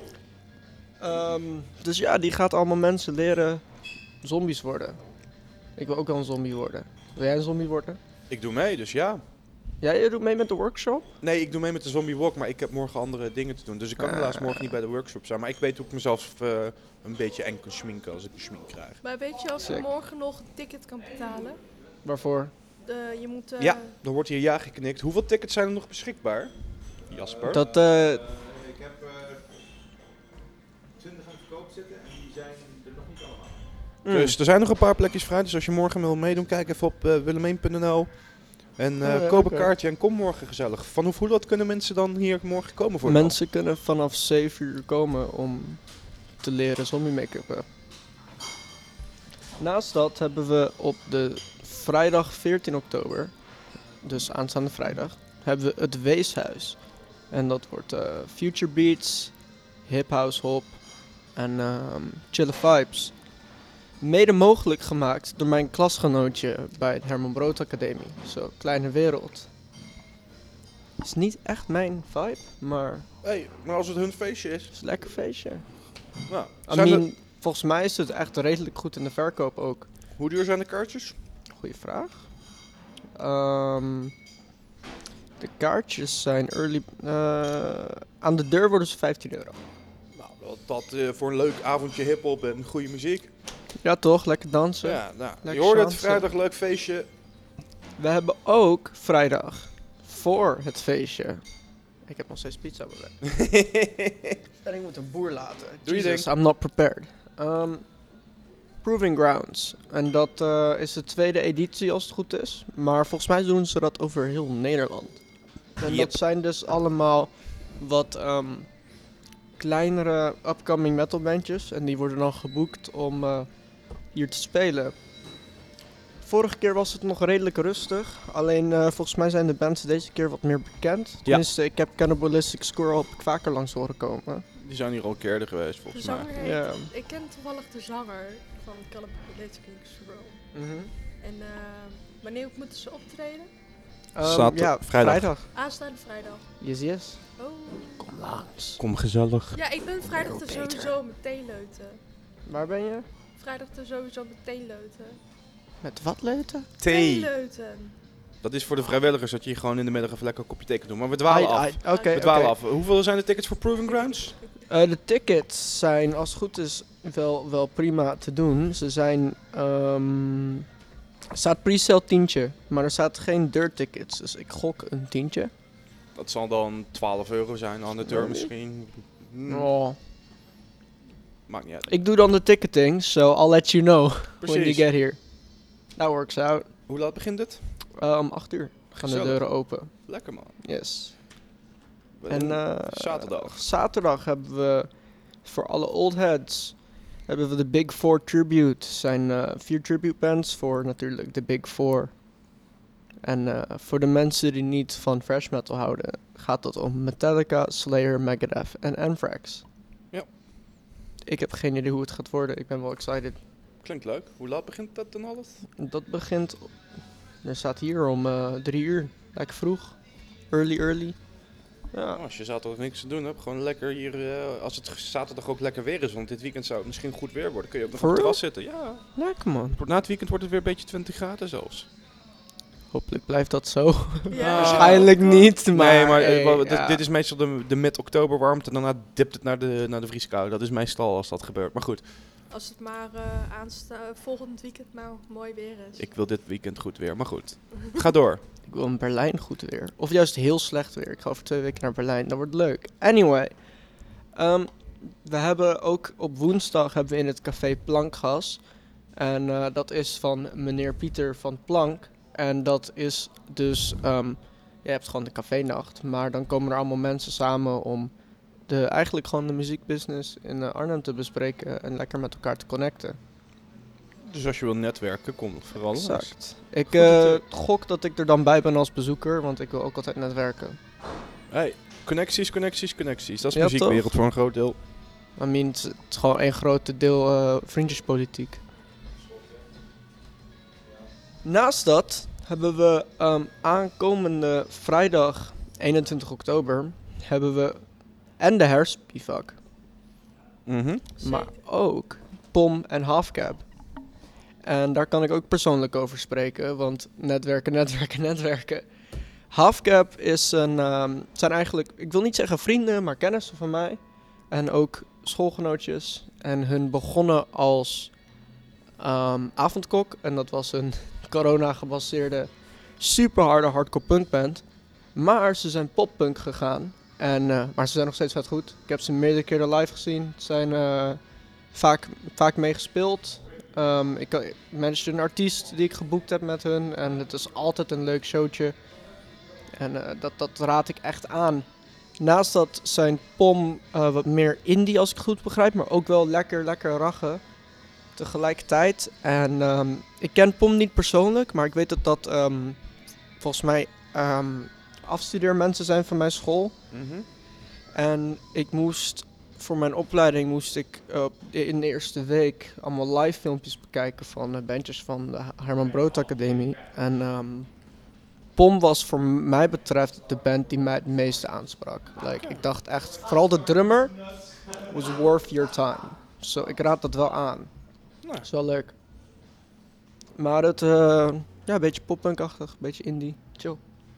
Um, dus ja, die gaat allemaal mensen leren zombies worden. Ik wil ook wel een zombie worden. Wil jij een zombie worden? Ik doe mee, dus ja. Ja, je doet mee met de workshop? Nee, ik doe mee met de zombie walk, maar ik heb morgen andere dingen te doen. Dus ik kan Ah. helaas morgen niet bij de workshop zijn. Maar ik weet hoe ik mezelf uh, een beetje eng kan schminken als ik een schmink krijg. Maar weet je of je Sick. morgen nog een ticket kan betalen? Waarvoor? De, je moet... eh, Ja, er wordt hier ja geknikt. Hoeveel tickets zijn er nog beschikbaar? Jasper? Dat, eh... ik heb twintig aan de verkoop zitten en die zijn er nog niet allemaal. mm. Dus er zijn nog een paar plekjes vrij. Dus als je morgen wil meedoen, kijk even op uh, willemeen punt n l. En uh, Oh ja, koop een oké. kaartje en kom morgen gezellig. Van hoeveel wat kunnen mensen dan hier morgen komen voor? Mensen kunnen vanaf zeven uur komen om te leren zombie make-uppen. Naast dat hebben we op de vrijdag veertien oktober, dus aanstaande vrijdag, hebben we het Weeshuis. En dat wordt uh, Future Beats, Hip House Hop en um, Chille Vibes. Mede mogelijk gemaakt door mijn klasgenootje bij het Herman Brood Academie. Zo, kleine wereld. Is niet echt mijn vibe, maar Hey, maar als het hun feestje is. het is een lekker feestje. Nou, I zijn mean, er- volgens mij is het echt redelijk goed in de verkoop ook. hoe duur zijn de kaartjes? Goeie vraag. Ehm, de kaartjes zijn early... eh, aan de deur worden ze vijftien euro. Nou, dat, dat uh, voor een leuk avondje hiphop en goede muziek. Ja toch, lekker dansen. Ja, nou, je Lekker hoorde het dansen. vrijdag leuk feestje. We hebben ook vrijdag voor het feestje. Ik heb nog steeds pizza bij me. En ik moet een boer laten. Doe je Jesus, ding. I'm not prepared. Um, Proving Grounds. En dat uh, is de tweede editie als het goed is. Maar volgens mij doen ze dat over heel Nederland. En Yep. dat zijn dus allemaal wat um, kleinere upcoming metal bandjes. En die worden dan geboekt om uh, hier te spelen. Vorige keer was het nog redelijk rustig. Alleen uh, volgens mij zijn de bands deze keer wat meer bekend. Tenminste, ik heb Cannibalistic Squirrel heb ik vaker langs horen komen. Die zijn hier al een keer eerder geweest, De volgens mij. zanger heet... Ja. Ik ken toevallig de zanger van Cannibalistic Squirrel. En uh, wanneer moeten ze optreden? Um, Zater- ja, vrijdag. vrijdag. Aanstaande vrijdag. Yes, yes. Oh. Kom langs. Kom gezellig. Ja, ik ben vrijdag Veel er beter. sowieso met theeleuten. Waar ben je? Vrijdag er sowieso met theeleuten. Met wat leuten? Thee. Theeleuten. Dat is voor de vrijwilligers, dat je hier gewoon in de middag even lekker een kopje thee kan doen. Maar we dwalen af. Ai, ai, Oké, we dwalen oké. af. Hoeveel zijn de tickets voor Proving Grounds? Eh, de tickets zijn, als het goed is, wel, wel prima te doen. Ze zijn... ehm, er staat pre-sale tientje, maar er staat geen deurtickets. Dus ik gok een tientje. Dat zal dan twaalf euro zijn aan de deur Nee. misschien. Hm, Oh. Maakt niet uit. Ik doe dan de ticketing, so I'll let you know when you Precies. get here. That works out. Hoe laat begint het? Uh, om acht uur gaan de Gezellig. deuren open. Lekker man. Yes. En eh, Zaterdag. zaterdag hebben we voor alle old heads hebben we de Big Four Tribute. zijn eh, vier tribute bands voor natuurlijk de Big Four. En eh, voor de mensen die niet van thrash metal houden, gaat het om Metallica, Slayer, Megadeth en Anthrax. Ja. Ik heb geen idee hoe het gaat worden. Ik ben wel excited. Klinkt leuk. Hoe laat begint dat dan alles? Dat begint, er staat hier om eh, drie uur. Lekker vroeg. Early, early. Ja. Oh, als je zaterdag niks te doen hebt, gewoon lekker hier, eh, als het zaterdag ook lekker weer is, want dit weekend zou het misschien goed weer worden, kun je ook nog For op het real? terras zitten. Ja, Lekker man. na het weekend wordt het weer een beetje twintig graden zelfs. Hopelijk blijft dat zo. Ja. Waarschijnlijk niet, maar... nee, maar eh, hey, wel, dit, ja. dit is meestal de, de mid-oktober warmte en daarna dipt het naar de, naar de vrieskou. Dat is meestal als dat gebeurt. Maar goed, Als het maar eh aansta- volgend weekend maar mooi weer is. ik wil dit weekend goed weer. Maar goed, ga door. Ik wil in Berlijn goed weer. Of juist heel slecht weer. Ik ga over twee weken naar Berlijn. Dat wordt leuk. Anyway. ehm, we hebben ook op woensdag hebben we in het café Plankgas. En eh, dat is van meneer Pieter van Plank. En dat is dus... ehm, je hebt gewoon de cafénacht. Maar dan komen er allemaal mensen samen om... De, eigenlijk gewoon de muziekbusiness in eh, Arnhem te bespreken. En lekker met elkaar te connecten. Dus als je wil netwerken, kom vooral langs. Exact. Ik Goed eh, natuurlijk. gok dat ik er dan bij ben als bezoeker, want ik wil ook altijd netwerken. Hey, connecties, connecties, connecties. Dat is Ja, muziekwereld toch? voor een groot deel. I mean, het is, het is gewoon één grote deel eh, vriendjespolitiek. Naast dat hebben we ehm, aankomende vrijdag eenentwintig oktober hebben we en de herfstbivak, Mhm. maar ook Pom en Halfcab. En daar kan ik ook persoonlijk over spreken, want netwerken, netwerken, netwerken. Halfcab is een, ehm, zijn eigenlijk, ik wil niet zeggen vrienden, maar kennissen van mij. En ook schoolgenootjes. En hun begonnen als ehm, avondkok. En dat was een corona-gebaseerde, super harde hardcore punkband. Maar ze zijn poppunk gegaan. En, eh, maar ze zijn nog steeds vet goed. Ik heb ze meerdere keren live gezien. Ze zijn eh, vaak, vaak meegespeeld. Um, ik ik manage een artiest die ik geboekt heb met hun. En het is altijd een leuk showtje. En eh, dat, dat raad ik echt aan. Naast dat zijn Pom eh, wat meer indie als ik goed begrijp. Maar ook wel lekker, lekker raggen. Tegelijkertijd. En ehm, ik ken Pom niet persoonlijk. Maar ik weet dat dat ehm, volgens mij um, afstudeermensen zijn van mijn school. Mhm. En ik moest, voor mijn opleiding moest ik uh, in de eerste week allemaal live filmpjes bekijken van uh, bandjes van de Herman Brood Academie. En um, Pom was voor mij betreft de band die mij het meeste aansprak. Like, ik dacht echt, vooral de drummer was worth your time. So, ik raad dat wel aan. Nou. Is wel leuk. Maar het, uh, ja, een beetje poppunkachtig, een beetje indie, chill.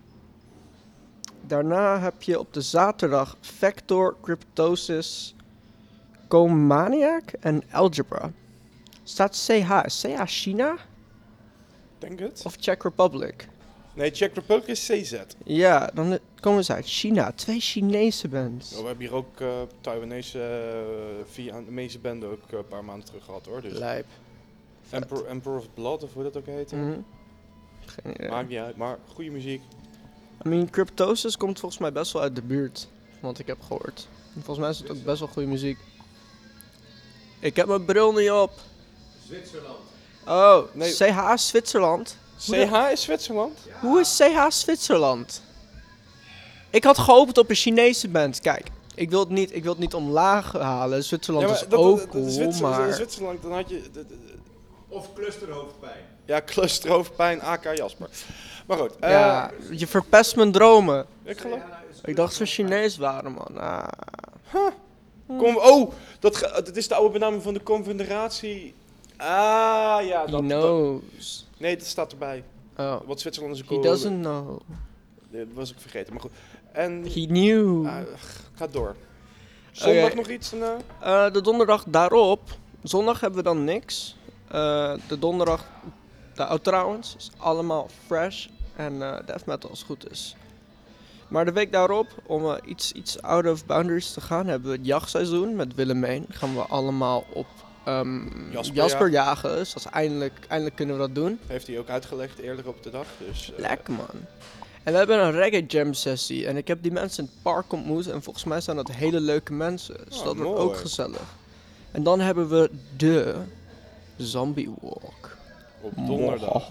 Daarna heb je op de zaterdag Vector, Cryptosis, Comaniac en Algebra. Staat C H. Is C H China Denk het. of Czech Republic? Nee, Czech Republic is C Z. Ja, dan komen ze uit China. Twee Chinese bands. Oh, we hebben hier ook uh, Taiwanese uh, Vietnamese band ook uh, een paar maanden terug gehad hoor. Dus Lijp. Vet. Emperor, Emperor of Blood of hoe dat ook heet. Mhm. Geen idee. Maakt niet uit, maar goede muziek. I mean, Cryptosis komt volgens mij best wel uit de buurt, van wat ik heb gehoord. En volgens mij is het ook best wel goede muziek. Ik heb mijn bril niet op. Zwitserland. Oh, Nee. C H Zwitserland? C H is Zwitserland? Hoe is C H Zwitserland? Ik had gehoopt op een Chinese band. Kijk, ik wil het niet, ik wil het niet omlaag halen. Zwitserland is ook cool, Zwitser- maar... Zwitserland, dan had je... d- d- Of clusterhoofdpijn. Ja, clusterhoofdpijn, A K Jasper. Maar goed. eh, ja, je verpest mijn dromen. Ik geloof... Ik dacht ze Chinees waren, man. Ah. Kom, oh, dat, ge- dat is de oude benaming van de Confederatie. Ah, ja. He Dat, dat- knows. nee, dat staat erbij. Oh. Wat Zwitserland is een He cool... doesn't know. Dat was ik vergeten, maar goed. En... He knew. Uh, ga door. Zondag Oké. nog iets daarna? Uh, de donderdag daarop. Zondag hebben we dan niks. Uh, de donderdag, de out trouwens, is allemaal fresh en uh, death metal als het goed is. Maar de week daarop, om uh, iets, iets out of boundaries te gaan, hebben we het jachtseizoen met Willemijn. Gaan we allemaal op um, Jasper, Jasper ja. jagen. Dus dat is eindelijk, eindelijk kunnen we dat doen. Heeft hij ook uitgelegd eerder op de dag. Dus, uh, Lekker man. En we hebben een reggae jam sessie. En ik heb die mensen in het park ontmoet. En volgens mij zijn dat hele leuke mensen. Dus Oh, dat wordt mooi. ook gezellig. En dan hebben we de Zombie Walk. op donderdag.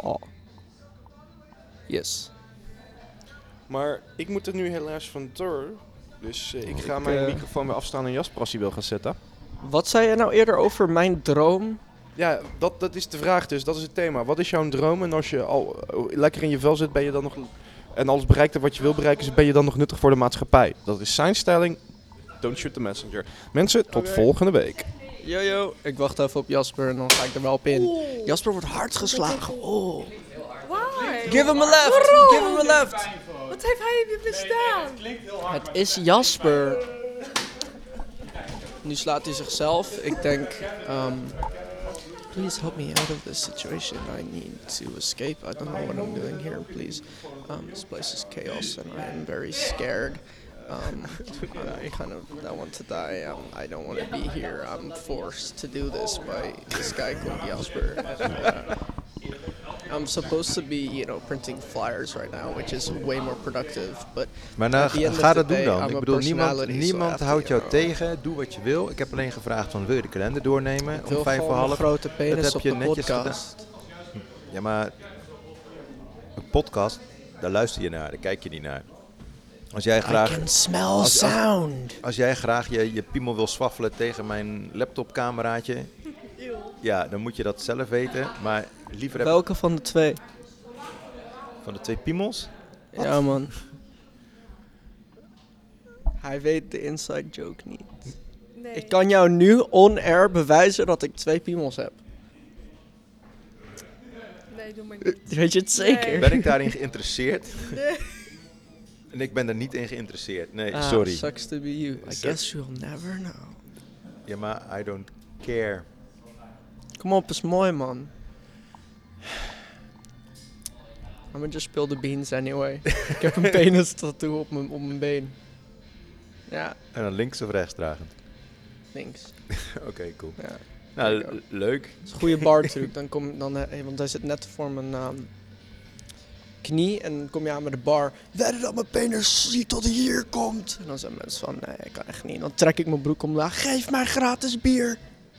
Yes. Maar ik moet er nu helaas van door. Dus uh, ik ga Ik, mijn uh, microfoon weer afstaan en Jasper als hij wil gaan zetten. Wat zei je nou eerder over mijn droom? Ja, dat, dat is de vraag dus. Dat is het thema. Wat is jouw droom? En als je al uh, lekker in je vel zit, ben je dan nog... En alles bereikt hebt wat je wil bereiken, dus ben je dan nog nuttig voor de maatschappij. Dat is zijn stelling. Don't shoot the messenger. Mensen, tot Oké. volgende week. Yo yo. Ik wacht even op Jasper en dan ga ik er wel op in. Jasper wordt hard geslagen. Oh. Why? Give him a left. Waarom? Give him a left. Wat heeft hij je bestaan? Het is Jasper. Nu slaat hij zichzelf. Ik denk, um, please help me out of this situation. I need to escape. I don't know what I'm doing here. Please. Um, this place is chaos and I am very scared. Um, I kind of I want to die. Um, I don't want to be here. I'm forced to do this by this guy called Jasper. And, uh, I'm supposed to be, you know, printing flyers right now, which is way more productive. But Maar nou, at the end ga of the dat doen day, dan. I'm Ik a bedoel, niemand, personality, so I niemand have to, houdt you jou know, tegen. Doe wat je wil. Ik heb alleen gevraagd van, wil je de kalender doornemen Ik om wil vijf voor gewoon een half? grote penis heb op je de netjes podcast. Ja, maar een podcast, daar luister je naar, daar kijk je niet naar. Als jij I graag, can smell als- als- sound. als jij graag je, je piemel wil swaffelen tegen mijn laptopcameraatje, ja, dan moet je dat zelf weten. Maar liever heb ik Welke van de twee? van de twee piemels. Ja man. Hij weet de inside joke niet. Nee. Ik kan jou nu on-air bewijzen dat ik twee piemels heb. Nee, doe maar niet. Weet je het zeker? Nee. Ben ik daarin geïnteresseerd? Nee. En ik ben er niet in geïnteresseerd. Nee, Ah, sorry. Sucks to be you. I Sucks. guess you'll never know. Ja, maar I don't care. Kom op, is mooi man. I'm just spill the beans anyway. Ik heb een penis tattoo op mijn, op mijn been. Ja, En dan links of rechts dragend. links. Oké, cool. Ja. Nou, Kijk ook. l- leuk. Dat is een goede bar truc. Dan kom, dan, eh, want hij zit net voor mijn ehm, knie en dan kom je aan met de bar. Wedden dat mijn penis niet tot hier komt. En dan zijn mensen van, nee, ik kan echt niet. Dan trek ik mijn broek omlaag. Geef mij gratis bier.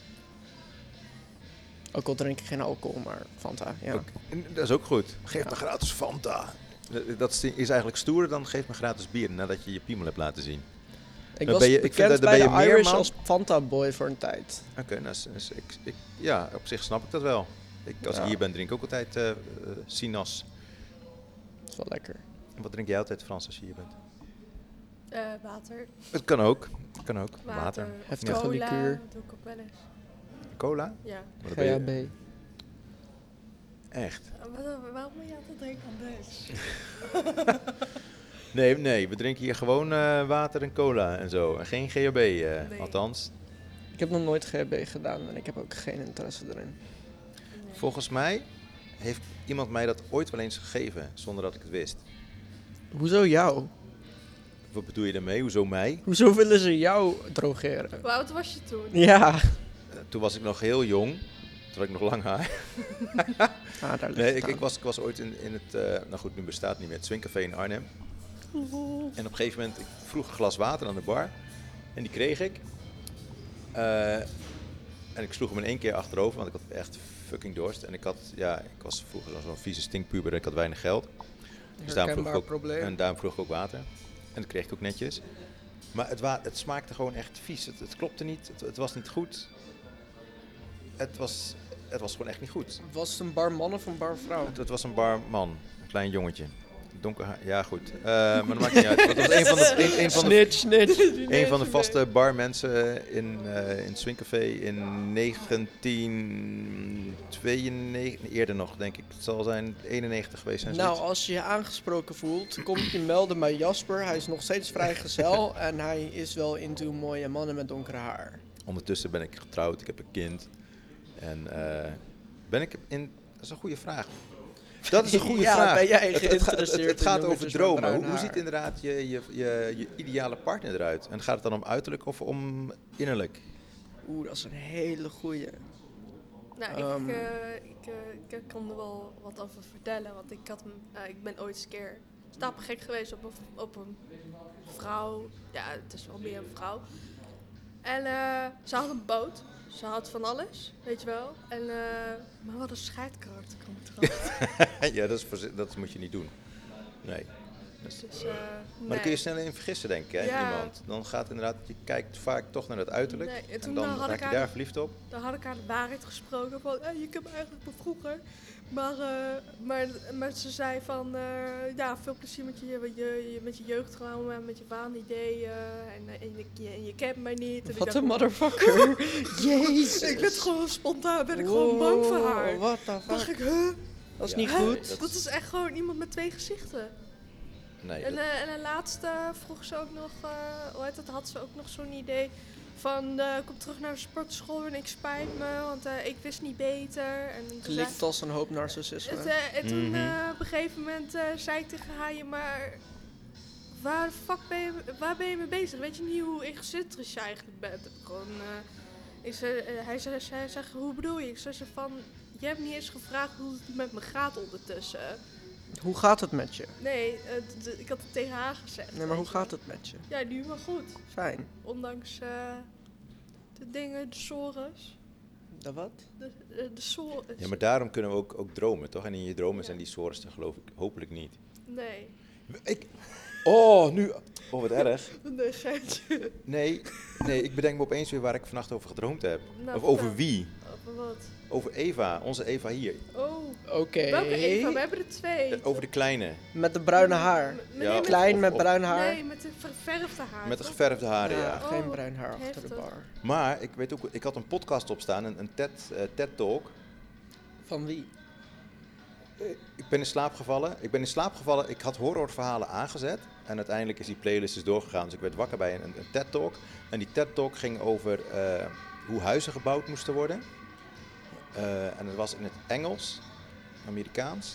Ook al drink ik geen alcohol, maar Fanta, ja. Ook- en dat is ook goed. Geef Ja. me gratis Fanta. Dat- Dat is is eigenlijk stoer, dan geef me gratis bier nadat je je piemel hebt laten zien. Ik Dan was ben je- ik vind bekend dat- dan bij ben de je meer Irish man. als Fanta boy voor een tijd. Oké, nou, s- s- ik, ik, ja, op zich snap ik dat wel. Ik, als Ja. ik hier ben, drink ik ook altijd eh eh, Sinas. Dat is wel lekker. En wat drink jij altijd, Frans, als je hier bent? Eh, water. Het kan ook. Het kan ook. Water. Water. Of Heftige cola. liqueur. Dat doe ik ook wel eens. Cola? Ja. Maar dan ben je- G H B. Echt? Uh, wat- Waarom moet je altijd denken aan deze? Nee, nee, we drinken hier gewoon eh, water en cola en zo. En geen G H B, eh, Nee. althans. Ik heb nog nooit G H B gedaan en ik heb ook geen interesse erin. Nee. Volgens mij heeft iemand mij dat ooit wel eens gegeven, zonder dat ik het wist. Hoezo jou? Wat bedoel je daarmee? Hoezo mij? Hoezo willen ze jou drogeren? Hoe oud was je toen? Ja. Eh, toen was ik nog heel jong. Toen had ik nog lang haar. Ah, daar ligt Nee, het ik, aan. ik, was, ik was ooit in, in het, eh, nou goed, nu bestaat het niet meer, het Swinkcafé in Arnhem. En op een gegeven moment, ik vroeg een glas water aan de bar. En die kreeg ik. Eh, en ik sloeg hem in één keer achterover, want ik had echt fucking dorst. En ik had, ja, ik was vroeger zo'n vieze stinkpuber en ik had weinig geld. Dus daarom vroeg, ik Herkenbaar ook, probleem. en daarom vroeg ik ook water. En dat kreeg ik ook netjes. Maar het, wa- het smaakte gewoon echt vies. Het, het klopte niet, het, het was niet goed. Het was, het was gewoon echt niet goed. Was het een bar man of een bar vrouw? Het, het was een barman, een klein jongetje. Donker haar. Ja, goed. Uh, maar dat maakt niet uit. Dat was een van de, een, een van de, Snitch, snitch. een van de vaste barmensen in, uh, in het Swingcafé in negentien tweeënnegentig. Eerder nog, denk ik. Het zal zijn eenennegentig geweest zijn. Nou, zoiets. als je je aangesproken voelt, kom je melden bij Jasper. Hij is nog steeds vrijgezel en hij is wel into mooie mannen met donkere haar. Ondertussen ben ik getrouwd. Ik heb een kind. En uh, ben ik in... Dat is een goede vraag. Dat is een goede ja, vraag. Ben jij het, het, geïnteresseerd het, het in gaat jongens over met dromen. bruin Hoe, hoe haar? ziet inderdaad je, je, je, je ideale partner eruit? En gaat het dan om uiterlijk of om innerlijk? Oeh, dat is een hele goeie. Nou, Um, ik, uh, ik, uh, ik kan er wel wat over vertellen, want ik, had, een- uh, ik ben ooit eens een keer stapelgek geweest op een, op een vrouw. Ja, het is wel meer een vrouw. En uh, ze had een boot. Ze had van alles, weet je wel. En, uh, maar wat een scheidkaart komt eraf. Ja, dat, is voorzi- dat moet je niet doen. Nee. Dus, uh, Maar nee. dan kun je snel in vergissen, denk ik, hè, Ja. iemand. Dan gaat inderdaad, je kijkt vaak toch naar het uiterlijk. Nee, en en toen dan had raak ik je haar- daar verliefd op. Dan had ik haar de waarheid gesproken van, hey, ik heb eigenlijk me vroeger. Maar, uh, maar, maar ze zei van, uh, ja, veel plezier met je, je, je, met je jeugdtrauma, met je waanideeën. En, uh, en, je, en je kent mij niet. En ik Wat dacht een van, motherfucker. Jezus. Ik werd gewoon spontaan, ben ik gewoon bang voor haar. What the Dacht fuck? ik, huh? Dat is Ja, niet Hè? goed. dat- Dat is echt gewoon iemand met twee gezichten. Nee, En, dat- uh, en de laatste vroeg ze ook nog, uh, hoe heet het, had ze ook nog zo'n idee van, uh, kom terug naar de sportschool en ik spijt me, want uh, ik wist niet beter. En toen zei- Klinkt als een hoop narcissisme. Het, uh, en toen Mhm. uh, op een gegeven moment uh, zei ik tegen haar, ja, maar waar de fuck ben je, waar ben je mee bezig? Weet je niet hoe egocentrisch je eigenlijk bent? Ik Gewoon, uh, ik zei, uh, hij zei, hij zegt, hoe bedoel je? Ik zei ze van, je hebt niet eens gevraagd hoe het met me gaat ondertussen. Hoe gaat het met je? Nee, uh, d- d- ik had het tegen haar gezegd. Nee, maar hoe weet je. gaat het met je? Ja, nu wel goed. Fijn. Ondanks uh, de dingen, de sores. Dat wat? De, uh, de sores. ja, maar daarom kunnen we ook, ook dromen, toch? En in je dromen zijn die sores er geloof ik hopelijk niet. Nee. Ik... Oh, nu... Oh, wat erg. Nee, geintje. Nee, nee, ik bedenk me opeens weer waar ik vannacht over gedroomd heb. Nou, of over vertel. wie? Over wat? Over Eva, onze Eva hier. Oh. Oké. Welke Eva? We hebben er twee. Eh, Over de kleine. Met de bruine haar. Nee, Ja, met, Klein of- met of- bruin haar. nee, met de ververfde haar. Met de toch? geverfde haren, ja. Ja, geen Oh, bruin haar achter de heftig. bar. Maar ik weet ook, ik had een podcast opstaan, een, een TED, eh, TED-talk. Van wie? Ik ben in slaap gevallen. Ik ben in slaap gevallen. Ik had horrorverhalen aangezet. En uiteindelijk is die playlist dus doorgegaan. Dus ik werd wakker bij een, een TED-talk. En die TED-talk ging over uh, hoe huizen gebouwd moesten worden. Uh, en het was in het Engels, Amerikaans.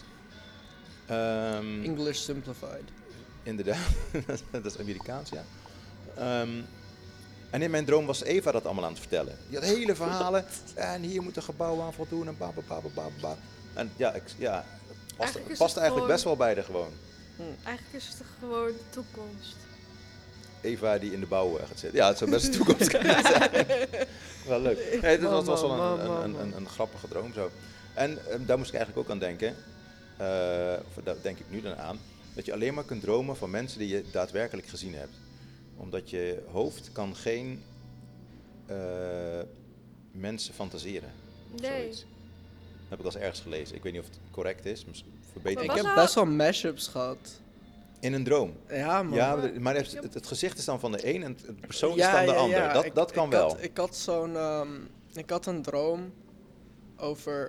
Um, English Simplified. Inderdaad, dat is Amerikaans, ja. Um, en in mijn droom was Eva dat allemaal aan het vertellen. Die had hele verhalen. En hier moet een gebouw aan voldoen en babababababa. En ja, ik, ja het past, Eigenlijk is past het eigenlijk gewoon- best wel bij de gewoon. Eigenlijk is het toch gewoon de toekomst. Eva die in de bouw eh, gaat zitten. Ja, het zou best de toekomst kunnen zijn. Wel leuk. Nee, dat was, was wel een, een, een, een, een grappige droom zo. En um, daar moest ik eigenlijk ook aan denken. Uh, of daar denk ik nu dan aan. Dat je alleen maar kunt dromen van mensen die je daadwerkelijk gezien hebt. Omdat je hoofd kan geen uh, mensen fantaseren. Nee. Zoiets. Dat heb ik al eens ergens gelezen. Ik weet niet of het correct is. Verbeter Ik was heb dat? best wel mashups gehad. In een droom. Ja, man. Ja, maar, maar het, het, het gezicht is dan van de een en het persoon Ja, is dan de ja, ander. ja. Dat, Ik- dat kan ik wel. Had, ik had zo'n... Um, ik had een droom over...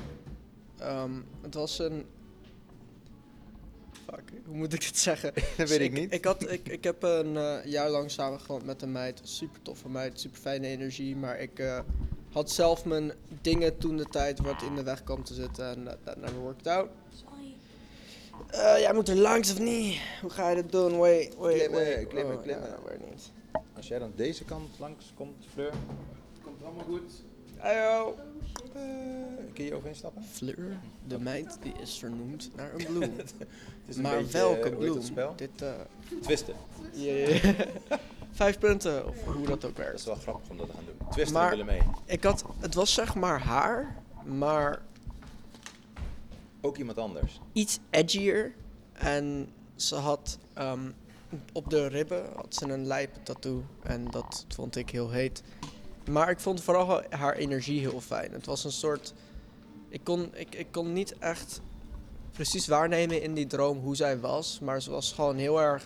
Um, het was een... Fuck, hoe moet ik dit zeggen? Dat weet ik niet. Ik, had, ik, ik heb een uh, jaar lang samen gewoond met een meid. Super toffe meid, super fijne energie. Maar ik uh, had zelf mijn dingen toen de tijd wat in de weg kwam te zitten. En dat that never worked out. Sorry. Uh, jij moet er langs of niet? Hoe ga je dit doen? Wait, wait, Klimmen, wait. klimmen, Oh, klimmen. Ja, weet niet. Als jij dan deze kant langs komt, Fleur, het komt allemaal goed. Ayo. Uh, kun je overheen stappen? Fleur, de meid die is vernoemd naar een bloem. Het is een Maar beetje, welke eh, hoe heet bloem? dat spel? Dit, uh, Twisten. yeah. Vijf punten, of hoe dat ook Dat is werkt. wel grappig om dat te gaan doen. Twisten Maar- willen mee. Ik had, het was zeg maar haar, maar Ook iemand anders. iets edgier. En ze had um, op de ribben had ze een lijpe tattoo. En dat vond ik heel heet. Maar ik vond vooral haar energie heel fijn. Het was een soort... Ik kon, ik, ik kon niet echt precies waarnemen in die droom hoe zij was. Maar ze was gewoon heel erg...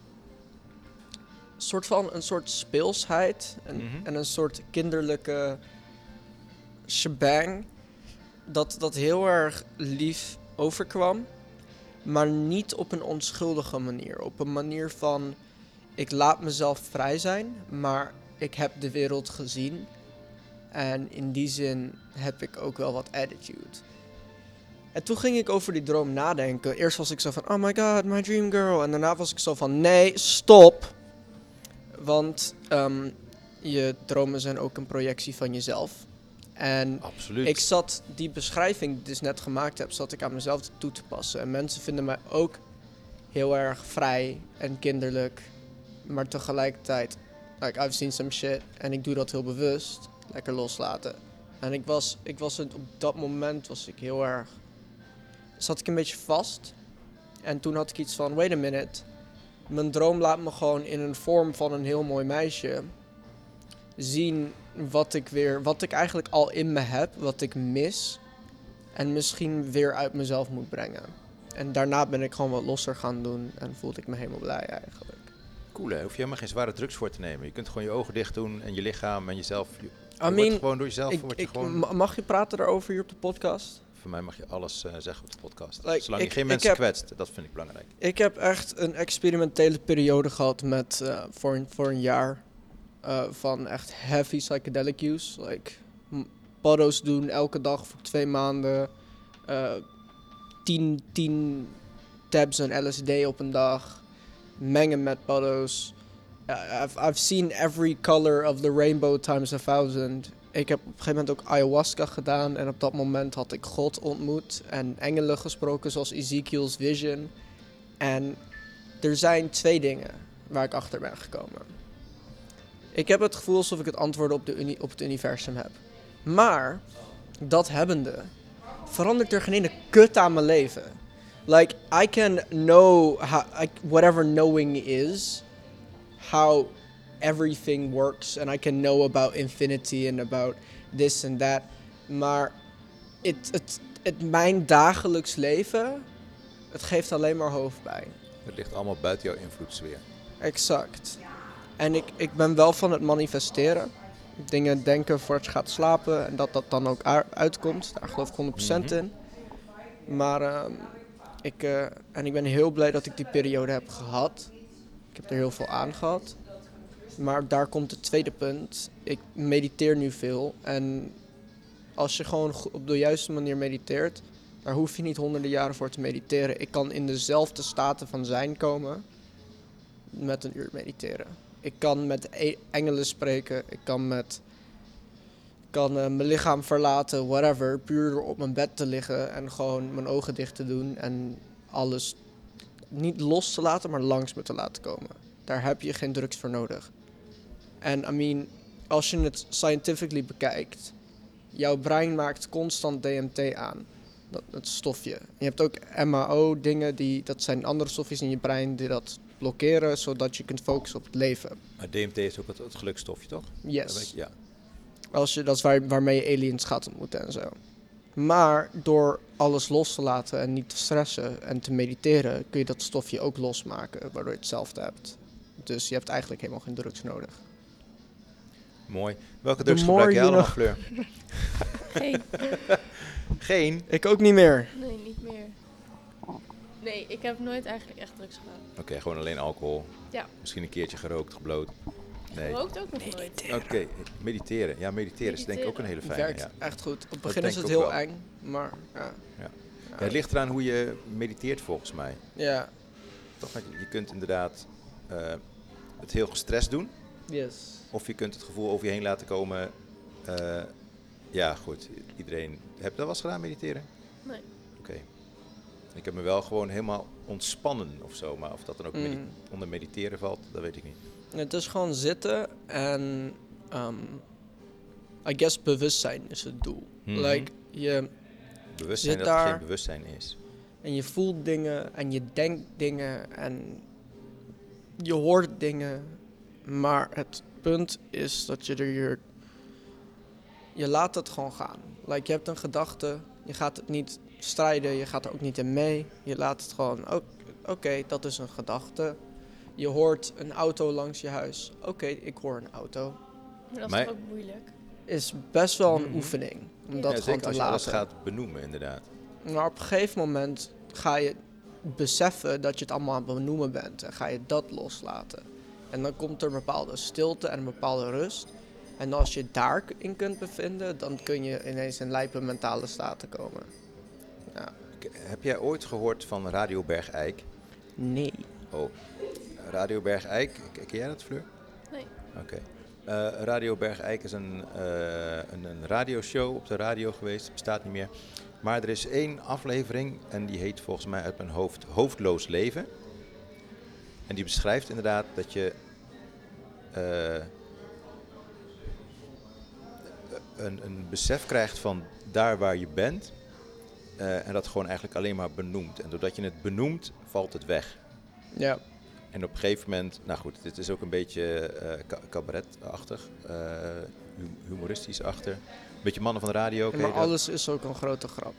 soort van een soort speelsheid. En, Mhm. en een soort kinderlijke shebang. Dat, dat heel erg lief overkwam. Maar niet op een onschuldige manier. Op een manier van... ik laat mezelf vrij zijn, maar ik heb de wereld gezien. En in die zin heb ik ook wel wat attitude. En toen ging ik over die droom nadenken. Eerst was ik zo van, oh my god, my dream girl. En daarna was ik zo van, nee, stop. Want um, je dromen zijn ook een projectie van jezelf. En Absoluut. ik zat die beschrijving die ik dus net gemaakt heb, zat ik aan mezelf toe te passen. En mensen vinden mij ook heel erg vrij en kinderlijk. Maar tegelijkertijd, like, I've seen some shit. En ik doe dat heel bewust. Lekker loslaten. En ik was, ik was het, op dat moment was ik heel erg... zat ik een beetje vast. En toen had ik iets van, wait a minute. Mijn droom laat me gewoon in een vorm van een heel mooi meisje zien wat ik weer, wat ik eigenlijk al in me heb, wat ik mis. En misschien weer uit mezelf moet brengen. En daarna ben ik gewoon wat losser gaan doen en voelde ik me helemaal blij eigenlijk. Cool hè, hoef je helemaal geen zware drugs voor te nemen. Je kunt gewoon je ogen dicht doen en je lichaam en jezelf. Je, je I wordt mean, gewoon door jezelf. Ik, word je ik, gewoon, ma- mag je praten daarover hier op de podcast? voor mij mag je alles uh, zeggen op de podcast. Like, Zolang ik- je geen ik mensen heb- kwetst, dat vind ik belangrijk. Ik heb echt een experimentele periode gehad met, uh, voor, een, voor een jaar. Uh, van echt heavy psychedelic use. Like, m- paddo's doen elke dag voor twee maanden. Uh, tien, tien tabs aan L S D op een dag. Mengen met paddo's. Uh, I've, I've seen every color of the rainbow times a thousand. Ik heb op een gegeven moment ook ayahuasca gedaan. En op dat moment had ik God ontmoet. En engelen gesproken zoals Ezekiel's vision. En er zijn twee dingen waar ik achter ben gekomen. Ik heb het gevoel alsof ik het antwoord op, de uni- op het universum heb. Maar, dat hebbende, verandert er geen ene kut aan mijn leven. Like, I can know how, like, whatever knowing is, how everything works. And I can know about infinity and about this and that. Maar, het, het, het, mijn dagelijks leven, het geeft alleen maar hoofdpijn. Het ligt allemaal buiten jouw invloedssfeer. Exact. En ik, ik ben wel van het manifesteren. Dingen denken voordat je gaat slapen en dat dat dan ook u- uitkomt. Daar geloof ik honderd procent Mhm. in. Maar ehm, ik, eh, en ik ben heel blij dat ik die periode heb gehad. Ik heb er heel veel aan gehad. Maar daar komt het tweede punt. Ik mediteer nu veel. En als je gewoon go- op de juiste manier mediteert, daar hoef je niet honderden jaren voor te mediteren. Ik kan in dezelfde staten van zijn komen met een uur mediteren. Ik kan met e- engelen spreken. Ik kan met kan eh, mijn lichaam verlaten, whatever. Puur door op mijn bed te liggen en gewoon mijn ogen dicht te doen. En alles niet los te laten, maar langs me te laten komen. Daar heb je geen drugs voor nodig. En I mean, als je het scientifically bekijkt, jouw brein maakt constant D M T aan. Dat, dat stofje. Je hebt ook M A O-dingen, die, dat zijn andere stofjes in je brein die dat blokkeren, zodat je kunt focussen op het leven. Maar D M T is ook het, het gelukstofje, toch? Dat weet Yes. je, ja. Als je, dat is waar, waarmee je aliens gaat ontmoeten en zo. Maar door alles los te laten en niet te stressen en te mediteren, kun je dat stofje ook losmaken, waardoor je hetzelfde hebt. Dus je hebt eigenlijk helemaal geen drugs nodig. Mooi. Welke The drugs more gebruik jij you allemaal, Fleur? Geen. Geen? Ik ook niet meer. Nee, niet meer. Nee, ik heb nooit eigenlijk echt drugs gedaan. Oké, gewoon alleen alcohol. Ja. Misschien een keertje gerookt, gebloot. Nee. Gerookt ook nog nooit. Oké, mediteren. Ja, mediteren is denk ik ook een hele Het fijne. werkt Ja. echt goed. Op het Dat begin denk is ik het ook heel wel. eng, maar ja. Ja, het ligt eraan hoe je mediteert volgens mij. Ja, Toch, want je- je kunt inderdaad eh, het heel gestrest doen. yes. Of je kunt het gevoel over je heen laten komen. eh, ja, goed. Iedereen. Heb je dat wel eens gedaan, mediteren? Nee. Oké. Ik heb me wel gewoon helemaal ontspannen of zo. Maar of dat dan ook medi- Mm. onder mediteren valt, dat weet ik niet. Het is gewoon zitten en um, I guess bewustzijn is het doel. Mhm. Like, je, Bewustzijn Zit dat er daar- geen bewustzijn is. en je voelt dingen en je denkt dingen en je hoort dingen. Maar het punt is dat je er hier... Je laat het gewoon gaan. Like, je hebt een gedachte, je gaat het niet strijden, je gaat er ook niet in mee. Je laat het gewoon, oké, okay, dat is een gedachte. Je hoort een auto langs je huis. Oké, okay, ik hoor een auto. Maar dat is Maar- toch ook moeilijk? Is best wel een Mhm. oefening. Om Ja, dat Ja, gewoon zeker te als je alles laten. gaat benoemen, inderdaad. Maar op een gegeven moment ga je beseffen dat je het allemaal aan het benoemen bent. En ga je dat loslaten. En dan komt er een bepaalde stilte en een bepaalde rust. En als je daarin kunt bevinden, dan kun je ineens in lijpe mentale staten komen. Ja. K- Heb jij ooit gehoord van Radio Bergijk? Nee. Oh, Radio Bergijk, k- ken jij dat, Fleur? Nee. Oké. Eh, Radio Bergijk is een, eh een, een radioshow op de radio geweest, bestaat niet meer. Maar er is één aflevering en die heet volgens mij uit mijn hoofd Hoofdloos Leven. En die beschrijft inderdaad dat je eh, een, een besef krijgt van daar waar je bent. eh, en dat gewoon eigenlijk alleen maar benoemt. En doordat je het benoemt, valt het weg. Ja. En op een gegeven moment, nou goed, dit is ook een beetje eh, ca- cabaretachtig, eh, hu- humoristisch-achtig. Een beetje mannen van de radio, ken je Maar dat? alles is ook een grote grap.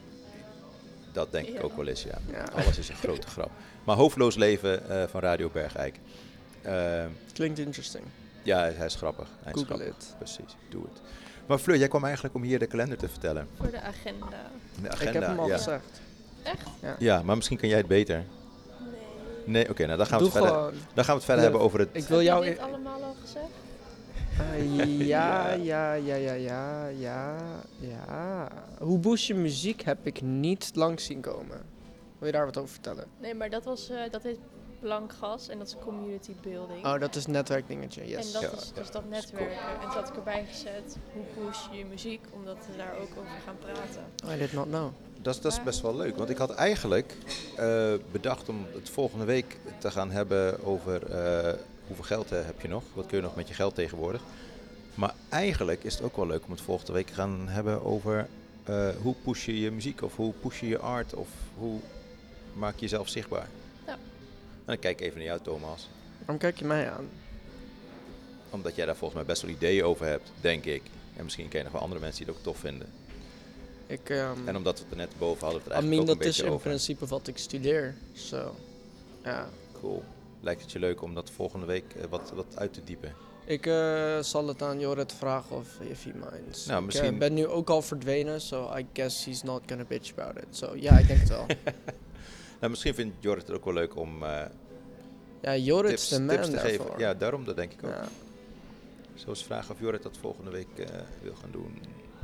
Dat denk ik Ja. ook wel eens, ja. Ja. Alles is een grote grap. Maar Hoofdloos Leven eh, van Radio Bergijk. Eh, Klinkt interesting. ja, hij is grappig. Hij is Google grappig. it. Precies, doe het. Maar Fleur, jij kwam eigenlijk om hier de kalender te vertellen. Voor de agenda. De agenda, Ik heb hem al ja. gezegd. Echt? Ja, maar misschien kan jij het beter. Nee. Nee, oké, nou dan gaan we Doe het verder, gewoon. dan gaan we het verder Nee, hebben over het... Ik wil Heb jou... je dit allemaal al gezegd? Ah, ja, ja, ja, ja, ja, ja, ja. Hoe boost je muziek heb ik niet langs zien komen. Wil je daar wat over vertellen? Nee, maar dat was, eh, dat heet Blank Gas en dat is community building. Oh, dat is netwerkdingetje, yes. En dat Ja, is ja, dus dat netwerken. En toen had ik erbij gezet, hoe push je je muziek, omdat we daar ook over gaan praten. I did not know. Dat is, dat is best wel leuk, want ik had eigenlijk eh, bedacht om het volgende week te gaan hebben over eh, hoeveel geld eh, heb je nog, wat kun je nog met je geld tegenwoordig. Maar eigenlijk is het ook wel leuk om het volgende week te gaan hebben over eh, hoe push je je muziek of hoe push je je art of hoe maak je jezelf zichtbaar. Ja. En dan kijk ik even naar jou, Thomas, Waarom kijk je mij aan? omdat jij daar volgens mij best wel ideeën over hebt, denk ik. En misschien ken je nog wel andere mensen die het ook tof vinden. Ik, um, En omdat we het er net boven hadden, we het I er mean, eigenlijk ook dat een is beetje in over. principe wat ik studeer. Zo, ja. Cool. Lijkt het je leuk om dat volgende week eh, wat, wat uit te diepen? Ik eh, zal het aan Jorrit vragen of if he minds. Nou, Ik misschien- eh, ben nu ook al verdwenen, so I guess he's not gonna bitch about it. So ja, ik denk het wel. Nou, misschien vindt Jorrit het ook wel leuk om eh, Ja, Jorrit tips, is de man tips te daarvoor. geven. Ja, daarom, dat denk ik ook. Ja. Zoals vragen of Jorrit dat volgende week eh, wil gaan doen.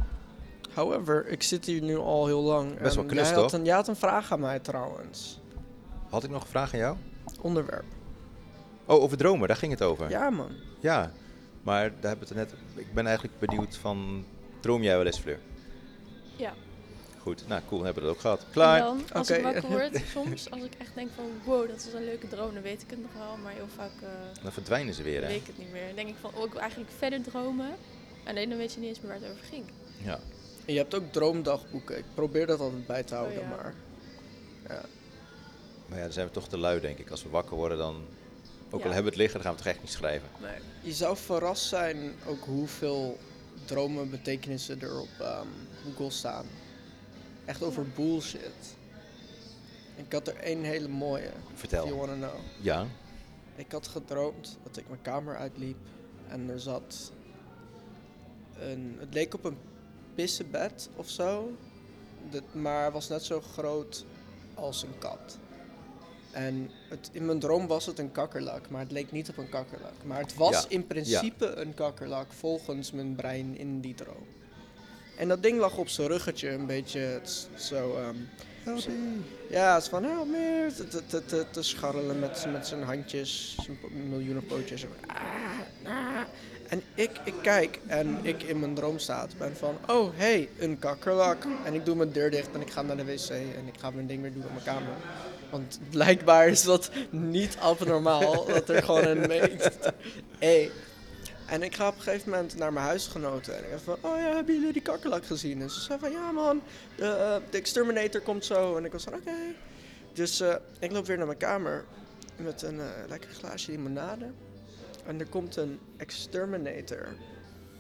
However, ik zit hier nu al heel lang. Best wel en knus, jij had, toch? een, jij had een vraag aan mij trouwens. Had ik nog een vraag aan jou? Onderwerp. Oh, over dromen, daar ging het over. Ja, man. Ja, maar daar hebben we het er net... Ik ben eigenlijk benieuwd van... Droom jij wel eens, Fleur? Ja. Goed, nou cool, hebben we dat ook gehad. En Klaar! dan, als Oké. ik wakker word, soms, als ik echt denk van wow, dat is een leuke droom, dan weet ik het nog wel. Maar heel vaak eh, Dan verdwijnen ze weer, hè? weet ik het niet meer. Dan denk ik van, oh, ik wil eigenlijk verder dromen. En dan weet je niet eens meer waar het over ging. Ja. Je hebt ook droomdagboeken. Ik probeer dat altijd bij te houden, Oh, ja. maar... Ja. Maar ja, dan zijn we toch te lui, denk ik. Als we wakker worden, dan... Ook al Ja. hebben we het liggen, dan gaan we toch echt niet schrijven. Maar Je zou verrast zijn ook hoeveel dromen betekenissen er op ehm, Google staan. Echt over bullshit. Ik had er één hele mooie. If you Vertel. wanna know. Ja. Ik had gedroomd dat ik mijn kamer uitliep en er zat een... Het leek op een pissenbed of zo. Dat, maar was net zo groot als een kat. En het, in mijn droom was het een kakkerlak, maar het leek niet op een kakkerlak. Maar het was Ja, in principe een kakkerlak volgens mijn brein in die droom. En dat ding lag op zijn ruggetje een beetje het- zo... ehm, zo- ja, het is van help me, te, te, te, te, te scharrelen met, met zijn handjes, zijn po- miljoenen pootjes. Ah, ah. En ik, ik kijk en ik in mijn droomstaat ben van, oh hey, een kakkerlak. En ik doe mijn deur dicht en ik ga naar de wc en ik ga mijn ding weer doen op mijn kamer. Want blijkbaar is dat niet abnormaal, dat er gewoon een... Hey. En ik ga op een gegeven moment naar mijn huisgenoten en ik dacht van, oh ja, hebben jullie die kakkerlak gezien? En ze zei van, ja man, de, eh, de exterminator komt zo. En ik was van, oké. Dus eh, ik loop weer naar mijn kamer met een eh, lekker glaasje limonade. En er komt een exterminator.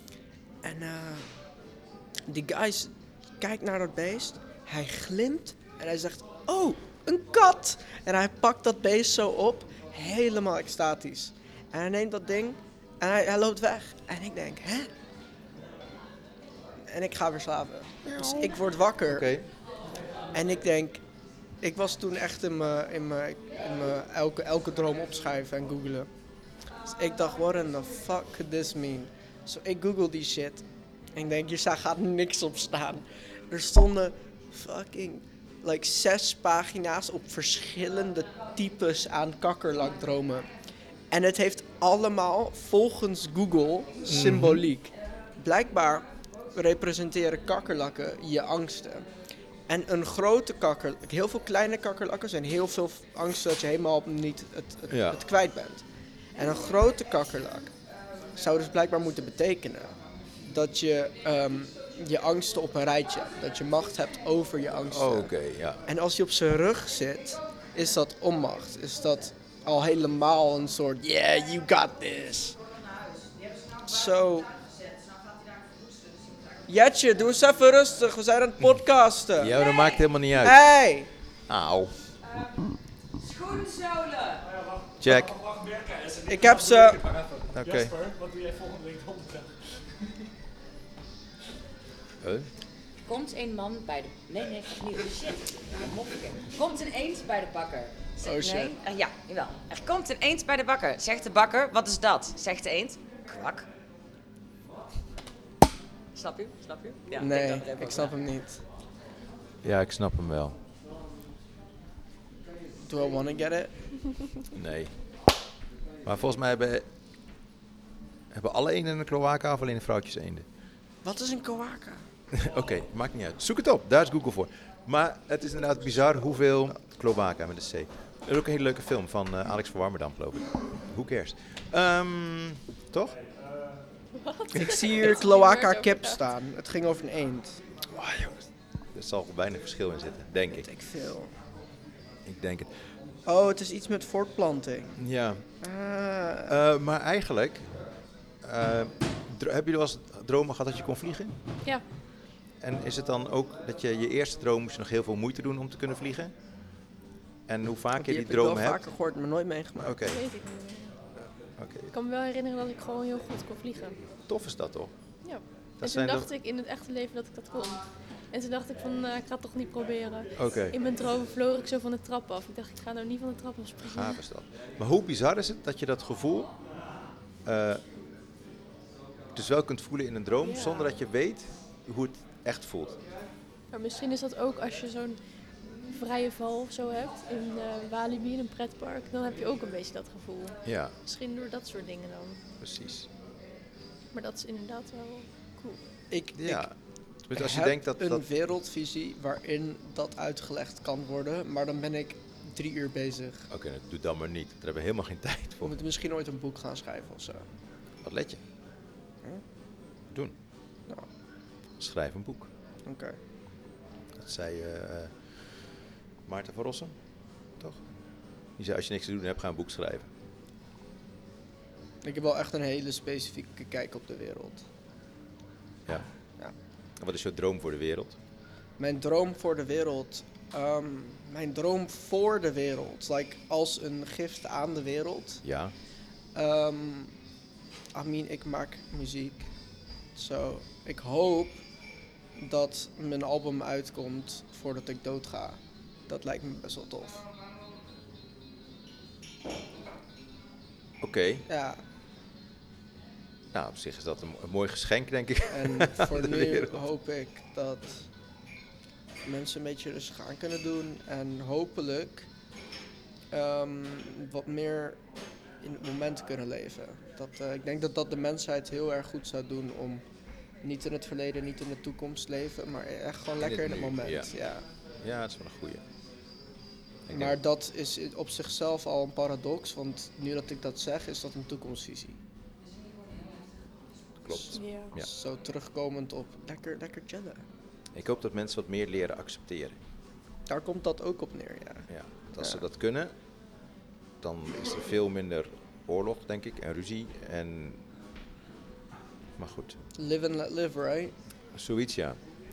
En eh die guy s- kijkt naar dat beest. Hij glimt En hij zegt, oh, een kat! En hij pakt dat beest zo op, helemaal extatisch. En hij neemt dat ding en hij, hij loopt weg. En ik denk, hè? En ik ga weer slapen. Dus ik word wakker. Oké. En ik denk, ik was toen echt in mijn, in mijn, in mijn elke, elke droom opschrijven en googlen. Dus ik dacht, what in the fuck could this mean? So ik google die shit. En ik denk, hier sta- gaat niks op staan. Er stonden fucking like zes pagina's op verschillende types aan kakkerlakdromen. En het heeft allemaal volgens Google symboliek. Blijkbaar representeren kakkerlakken je angsten. En een grote kakker, heel veel kleine kakkerlakken zijn heel veel angsten dat je helemaal niet het, het, Ja. het kwijt bent. En een grote kakkerlak zou dus blijkbaar moeten betekenen dat je ehm, je angsten op een rijtje hebt. Dat je macht hebt over je angsten. Oh, Oké, ja. En als je op zijn rug zit, is dat onmacht. Is dat al helemaal een soort, yeah, you got this. Zo. Jetje, doe eens even rustig. We zijn aan het podcasten. Ja, maar dat maakt helemaal niet uit. Hey! Auw. Schoenzolen. Check. Ik heb ze. Oké. Wat doe jij volgende week donderdag? Huh? Komt een man bij de... Nee, nee, niet. Shit. Moppige. Komt een eend bij de bakker. Zegt- Oh, shit. Nee? Eh, ja, jawel. Er komt een eend bij de bakker. Zegt de bakker, wat is dat? Zegt de eend, kwak. Snap je? Snap je? Ja, Nee, denk dat het ik ook snap wel. hem niet. Ja, ik snap hem wel. Do I wanna get it? Nee. Maar volgens mij hebben, hebben alle eenden een kloaka of alleen de vrouwtjes eenden. Wat is een koaka? Oké, maakt niet uit. Zoek het op, daar is Google voor. Maar het is inderdaad bizar hoeveel kloaka met een C. Er is ook een hele leuke film van eh, Alex van Warmerdam, geloof ik. Who cares? Ehm, toch? Ik zie hier cloaca kip staan. Het ging over een eend. Oh, jongens. Er zal weinig verschil in zitten, denk ik. Weet ik veel. Ik denk het. Oh, het is iets met voortplanting. Ja. Ah. Eh, maar eigenlijk, eh, dro- heb je wel eens dromen gehad dat je kon vliegen? Ja. En is het dan ook dat je je eerste droom moest je nog heel veel moeite doen om te kunnen vliegen? En hoe vaak je die die heb ik wel dromen hebt? vaker gehoord, maar nooit meegemaakt. Oké, Dat weet ik niet meer. oké. Ik kan me wel herinneren dat ik gewoon heel goed kon vliegen. Tof is dat toch? Ja. En Dat toen zijn dacht toch- ik in het echte leven dat ik dat kon. En toen dacht ik van, eh, ik ga het toch niet proberen. Oké, In mijn droom vloog ik zo van de trap af. Ik dacht, ik ga nou niet van de trap af springen. gaaf is dat. Maar hoe bizar is het dat je dat gevoel eh, dus wel kunt voelen in een droom, Ja. zonder dat je weet hoe het echt voelt? Maar misschien is dat ook als je zo'n vrije val of zo hebt in eh, Walibi, in een pretpark. Dan heb je ook een beetje dat gevoel. Ja, Misschien door dat soort dingen dan. precies. Maar dat is inderdaad wel cool. Ik, Ja. ik Dus als je heb denkt dat, een dat wereldvisie waarin dat uitgelegd kan worden, maar dan ben ik drie uur bezig. Oké, dat doe dan maar niet. Daar hebben we helemaal geen tijd We voor. moeten misschien ooit een boek gaan schrijven of zo. Wat let je? Huh? Doen. Nou, Schrijf een boek. oké. Dat zei eh, eh, Maarten van Rossum, toch? Die zei, als je niks te doen hebt, ga een boek schrijven. Ik heb wel echt een hele specifieke kijk op de wereld. Ja. Ja. En wat is jouw droom voor de wereld? Mijn droom voor de wereld. ehm, mijn droom voor de wereld. Like als een gift aan de wereld. Ja. Ehm I mean, ik maak muziek. So, ik hoop dat mijn album uitkomt voordat ik doodga. Dat lijkt me best wel tof. Oké. Ja, Nou, op zich is dat een, een mooi geschenk, denk ik. en voor de nu wereld. hoop ik dat mensen een beetje rustig aan kunnen doen. En hopelijk ehm, wat meer in het moment kunnen leven. Dat, eh, ik denk dat dat de mensheid heel erg goed zou doen om niet in het verleden, niet in de toekomst te leven, maar echt gewoon In lekker het in het nu, moment. ja. Ja. Ja, dat is wel een goeie. Ik Maar denk- dat is i- op zichzelf al een paradox, want nu dat ik dat zeg, is dat een toekomstvisie. klopt. Ja. Ja. Zo terugkomend op lekker, lekker chillen. Ik hoop dat mensen wat meer leren accepteren. Daar komt dat ook op neer, ja. Ja. Want als Ja. ze dat kunnen, dan is er veel minder oorlog, denk ik, en ruzie. En... Maar goed, Live and let live, right? zoiets ja.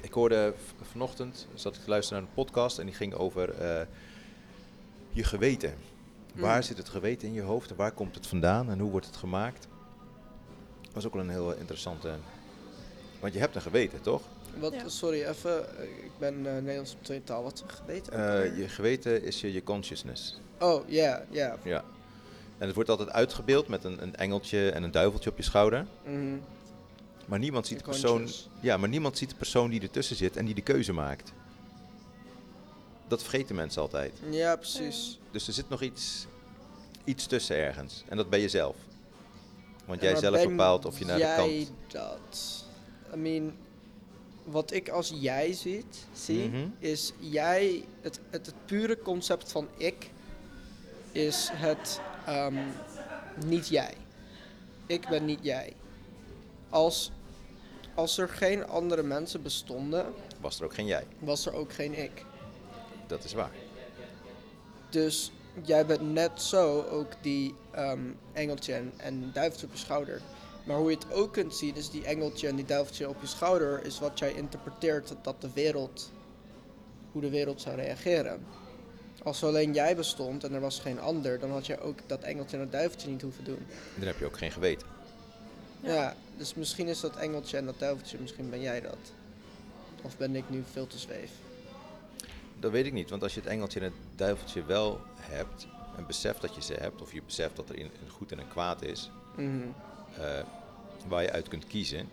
Ik hoorde v- vanochtend, zat ik te luisteren naar een podcast en die ging over uh, je geweten. Mm. Waar zit het geweten in je hoofd en waar komt het vandaan en hoe wordt het gemaakt? Dat was ook wel een heel interessante... Want je hebt een geweten, toch? Wat, Ja. Sorry, even. Ik ben uh, Nederlands op tweede taal. Wat is een geweten? Uh, je geweten is je, je consciousness. Oh, ja, yeah, ja. Yeah. Ja. En het wordt altijd uitgebeeld met een, een engeltje en een duiveltje op je schouder. Mm-hmm. Maar niemand ziet de persoon, ja, maar niemand ziet de persoon die ertussen zit en die de keuze maakt. Dat vergeten mensen altijd. Ja, precies. Ja. Dus er zit nog iets, iets tussen ergens. En dat ben je zelf. Want ja, jij zelf bepaalt of je naar de kant... jij dat? I mean, wat ik als jij ziet, zie, mm-hmm. is jij... Het, het, het pure concept van ik is het um, niet jij. Ik ben niet jij. Als, als er geen andere mensen bestonden... Was er ook geen jij. Was er ook geen ik. Dat is waar. Dus jij bent net zo ook die um, engeltje en, en duiveltje op je schouder. Maar hoe je het ook kunt zien is die engeltje en die duiveltje op je schouder... is wat jij interpreteert dat de wereld... hoe de wereld zou reageren. Als alleen jij bestond en er was geen ander... dan had jij ook dat engeltje en dat duiveltje niet hoeven doen. En dan heb je ook geen geweten. Ja. ja, dus misschien is dat engeltje en dat duiveltje, misschien ben jij dat. Of ben ik nu veel te zweef? Dat weet ik niet, want als je het engeltje en het duiveltje wel hebt... en beseft dat je ze hebt, of je beseft dat er een goed en een kwaad is... Mm-hmm. Uh, waar je uit kunt kiezen...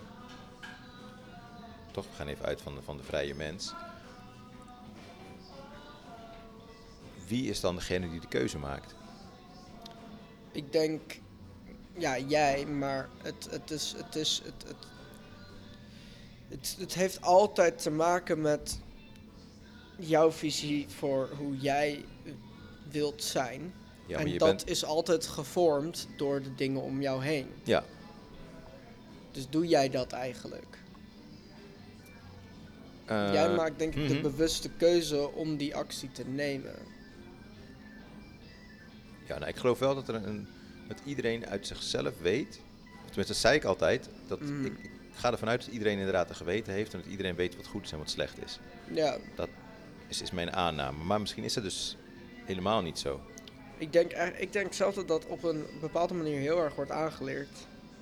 Toch, we gaan even uit van de, van de vrije mens... Wie is dan degene die de keuze maakt? Ik denk... Ja, jij, maar het, het is... Het, is het, het, het, het heeft altijd te maken met... jouw visie voor hoe jij wilt zijn. Ja, en dat bent... is altijd gevormd door de dingen om jou heen. Ja. Dus doe jij dat eigenlijk? Uh, jij maakt denk ik mm-hmm. de bewuste keuze om die actie te nemen. Ja, nou, ik geloof wel dat er een, dat iedereen uit zichzelf weet, tenminste dat zei ik altijd, dat mm. ik, ik ga ervan uit dat iedereen inderdaad een geweten heeft en dat iedereen weet wat goed is en wat slecht is. Ja. Dat is, is mijn aanname, maar misschien is dat dus helemaal niet zo. Ik denk, ik denk zelf dat dat op een bepaalde manier heel erg wordt aangeleerd.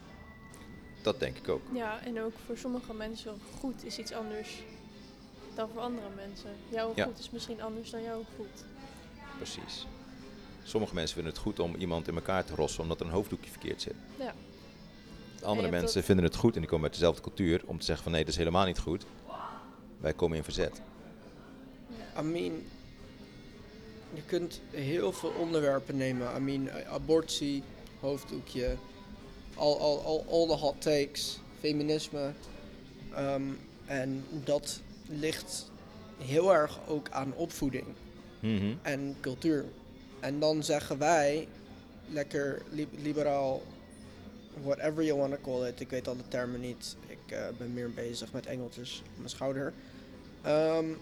Dat denk ik ook. Ja, en ook voor sommige mensen goed is iets anders dan voor andere mensen. Jouw ja. goed is misschien anders dan jouw goed. Precies. Sommige mensen vinden het goed om iemand in elkaar te rossen omdat er een hoofddoekje verkeerd zit. Ja. Andere mensen dat... vinden het goed en die komen uit dezelfde cultuur om te zeggen van nee, dat is helemaal niet goed. Wij komen in verzet. Ja. I mean, je kunt heel veel onderwerpen nemen. I mean, abortie, hoofddoekje, al, al, al, all the hot takes, feminisme. Um, en dat ligt heel erg ook aan opvoeding mm-hmm. en cultuur. En dan zeggen wij, lekker li- liberaal, whatever you want to call it. Ik weet al de termen niet. Ik uh, ben meer bezig met engeltjes op mijn schouder. Um,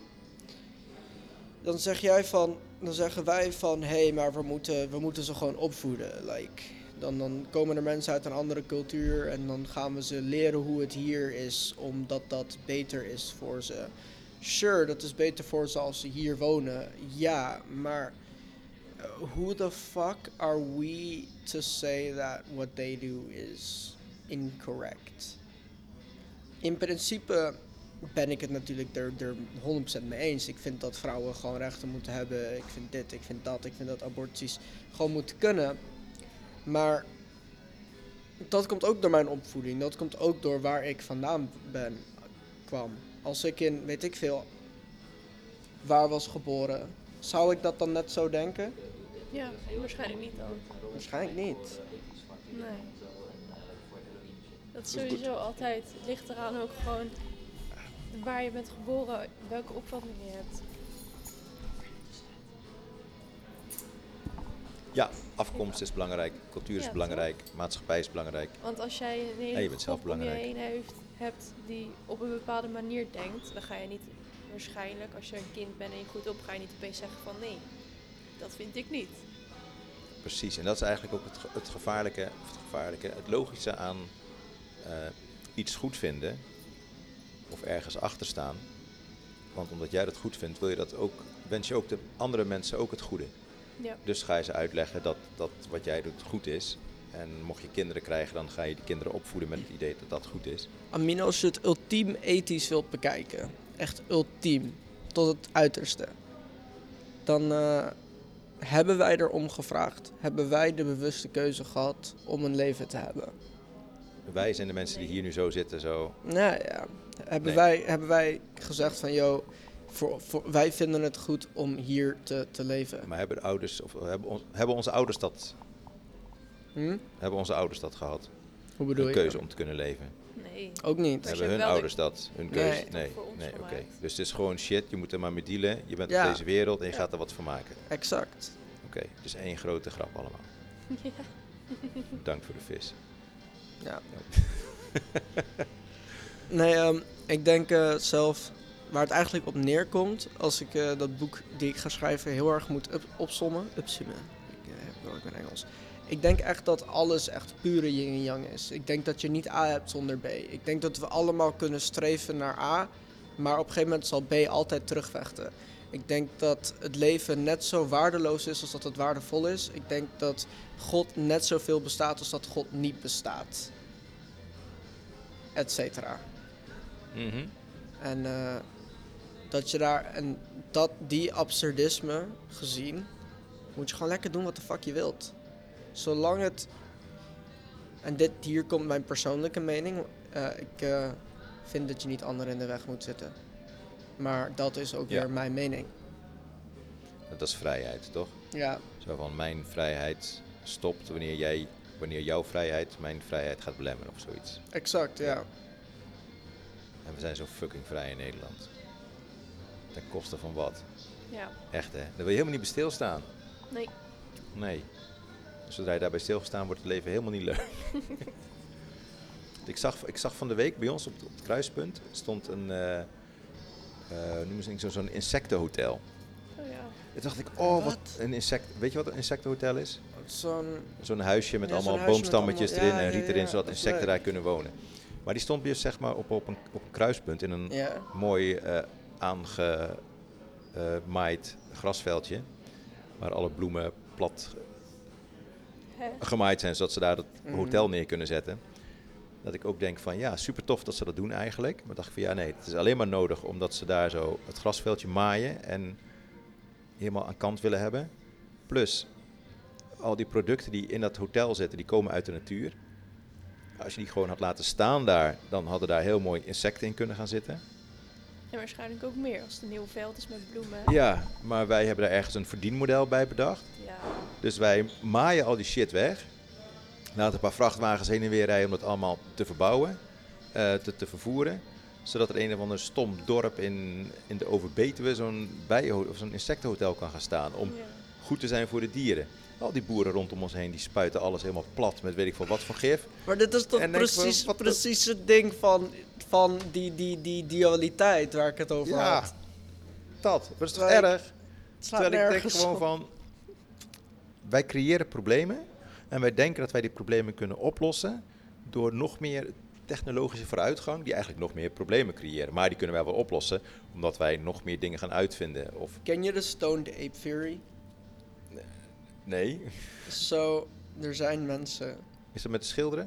dan zeg jij van, dan zeggen wij van, hé, hey, maar we moeten, we moeten ze gewoon opvoeden. Like, dan, dan komen er mensen uit een andere cultuur en dan gaan we ze leren hoe het hier is, omdat dat beter is voor ze. Sure, dat is beter voor ze als ze hier wonen. Ja, maar who the fuck are we to say that what they do is incorrect? In principe ben ik het natuurlijk er, er honderd procent mee eens. Ik vind dat vrouwen gewoon rechten moeten hebben. Ik vind dit, ik vind dat. Ik vind dat aborties gewoon moeten kunnen. Maar dat komt ook door mijn opvoeding. Dat komt ook door waar ik vandaan ben, kwam. Als ik in, weet ik veel, waar was geboren, zou ik dat dan net zo denken? Ja, waarschijnlijk niet dan. Waarschijnlijk niet. Nee. Dat is sowieso altijd. Het ligt eraan ook gewoon waar je bent geboren, welke opvatting je hebt. Ja, afkomst is belangrijk, cultuur is ja, belangrijk, toch? Maatschappij is belangrijk. Want als jij een hele hey, groep om je heen heeft, hebt die op een bepaalde manier denkt, dan ga je niet waarschijnlijk, als je een kind bent en je groeit op, ga je niet opeens zeggen van nee, dat vind ik niet. Precies, en dat is eigenlijk ook het, ge- het gevaarlijke, of het gevaarlijke, het logische aan uh, iets goed vinden, of ergens achter staan. Want omdat jij dat goed vindt, wil je dat ook, wens je ook de andere mensen ook het goede. Ja. Dus ga je ze uitleggen dat, dat wat jij doet goed is. En mocht je kinderen krijgen, dan ga je die kinderen opvoeden met het idee dat dat goed is. Amin, als je het ultiem ethisch wilt bekijken, echt ultiem, tot het uiterste, dan uh, hebben wij erom gevraagd. Hebben wij de bewuste keuze gehad om een leven te hebben? Wij zijn de mensen die hier nu zo zitten, zo... Nou ja, hebben, Nee. wij, hebben wij gezegd van, yo, voor, voor, wij vinden het goed om hier te, te leven. Maar hebben de ouders, of hebben, on, hebben onze ouders dat, Hm? hebben onze ouders dat gehad? Hoe bedoel Een je? keuze om te kunnen leven. Nee. Ook niet. Als je Hebben hun wel de- ouders dat, hun keuze? Nee. Nee, Voor ons nee, oké. gemaakt. Dus het is gewoon shit, je moet er maar mee dealen. Je bent Ja. op deze wereld en je gaat er wat van maken. Exact. Oké, dus één grote grap allemaal. Ja. Dank voor de vis. Ja. Nee, um, ik denk uh, zelf, waar het eigenlijk op neerkomt, als ik uh, dat boek die ik ga schrijven heel erg moet up- opsommen. Upsummen. Ik uh, heb wel ik ben Engels. Ik denk echt dat alles echt pure yin en yang is. Ik denk dat je niet A hebt zonder B. Ik denk dat we allemaal kunnen streven naar A, maar op een gegeven moment zal B altijd terugvechten. Ik denk dat het leven net zo waardeloos is als dat het waardevol is. Ik denk dat God net zoveel bestaat als dat God niet bestaat. Et cetera. Mhm. En uh, dat je daar, en dat die absurdisme gezien, moet je gewoon lekker doen wat de fuck je wilt. Zolang het, en dit, hier komt mijn persoonlijke mening, uh, ik uh, vind dat je niet anderen in de weg moet zitten. Maar dat is ook Ja. weer mijn mening. Dat is vrijheid, toch? Ja, Zo van mijn vrijheid stopt wanneer jij, wanneer jouw vrijheid mijn vrijheid gaat belemmeren of zoiets. exact, ja. En we zijn zo fucking vrij in Nederland. Ten koste van wat? Ja. Echt hè? Daar wil je helemaal niet bij stilstaan. Nee. Nee. Zodra je daarbij stilgestaan wordt het leven helemaal niet leuk. ik, zag, ik zag van de week bij ons op het, op het kruispunt stond een, uh, uh, noemen ze zo, zo'n insectenhotel. Oh ja. Toen dacht ik, oh wat Wat? een insect. Weet je wat een insectenhotel is? Zo'n, Zo'n huisje met Ja, zo'n allemaal huisje met boomstammetjes allemaal- erin ja, en ja, riet erin, ja, zodat dat is insecten leuk. daar kunnen wonen. Maar die stond dus zeg maar op, op, een, op een kruispunt in een ja. mooi uh, aangemaaid grasveldje. Waar alle bloemen plat Hè? gemaaid zijn, zodat ze daar het Mhm. hotel neer kunnen zetten. Dat ik ook denk van ja, super tof dat ze dat doen eigenlijk. Maar dacht ik van ja nee, het is alleen maar nodig omdat ze daar zo het grasveldje maaien en helemaal aan kant willen hebben. Plus, al die producten die in dat hotel zitten, die komen uit de natuur. Als je die gewoon had laten staan daar, dan hadden daar heel mooi insecten in kunnen gaan zitten. En waarschijnlijk ook meer als het een nieuw veld is met bloemen. Ja, maar wij hebben daar ergens een verdienmodel bij bedacht. Ja. Dus wij maaien al die shit weg. Laten een paar vrachtwagens heen en weer rijden om dat allemaal te verbouwen, uh, te, te vervoeren. Zodat er een of ander stom dorp in, in de Overbetuwe zo'n bijenho- of zo'n insectenhotel kan gaan staan. Om Ja. goed te zijn voor de dieren. Al die boeren rondom ons heen, die spuiten alles helemaal plat met weet ik veel wat voor gif. Maar dit is toch En denk van, precies, wat de- precies het ding van, van die, die, die dualiteit waar ik het over Ja, had. dat. Dat is toch Terwijl ik- erg? Het slaat Terwijl ik denk nergens gewoon op. van, wij creëren problemen en wij denken dat wij die problemen kunnen oplossen door nog meer technologische vooruitgang, die eigenlijk nog meer problemen creëren. Maar die kunnen wij wel oplossen, omdat wij nog meer dingen gaan uitvinden. Of Ken je de Stoned Ape Theory? nee, Zo, er zijn mensen... is dat met de schilderen?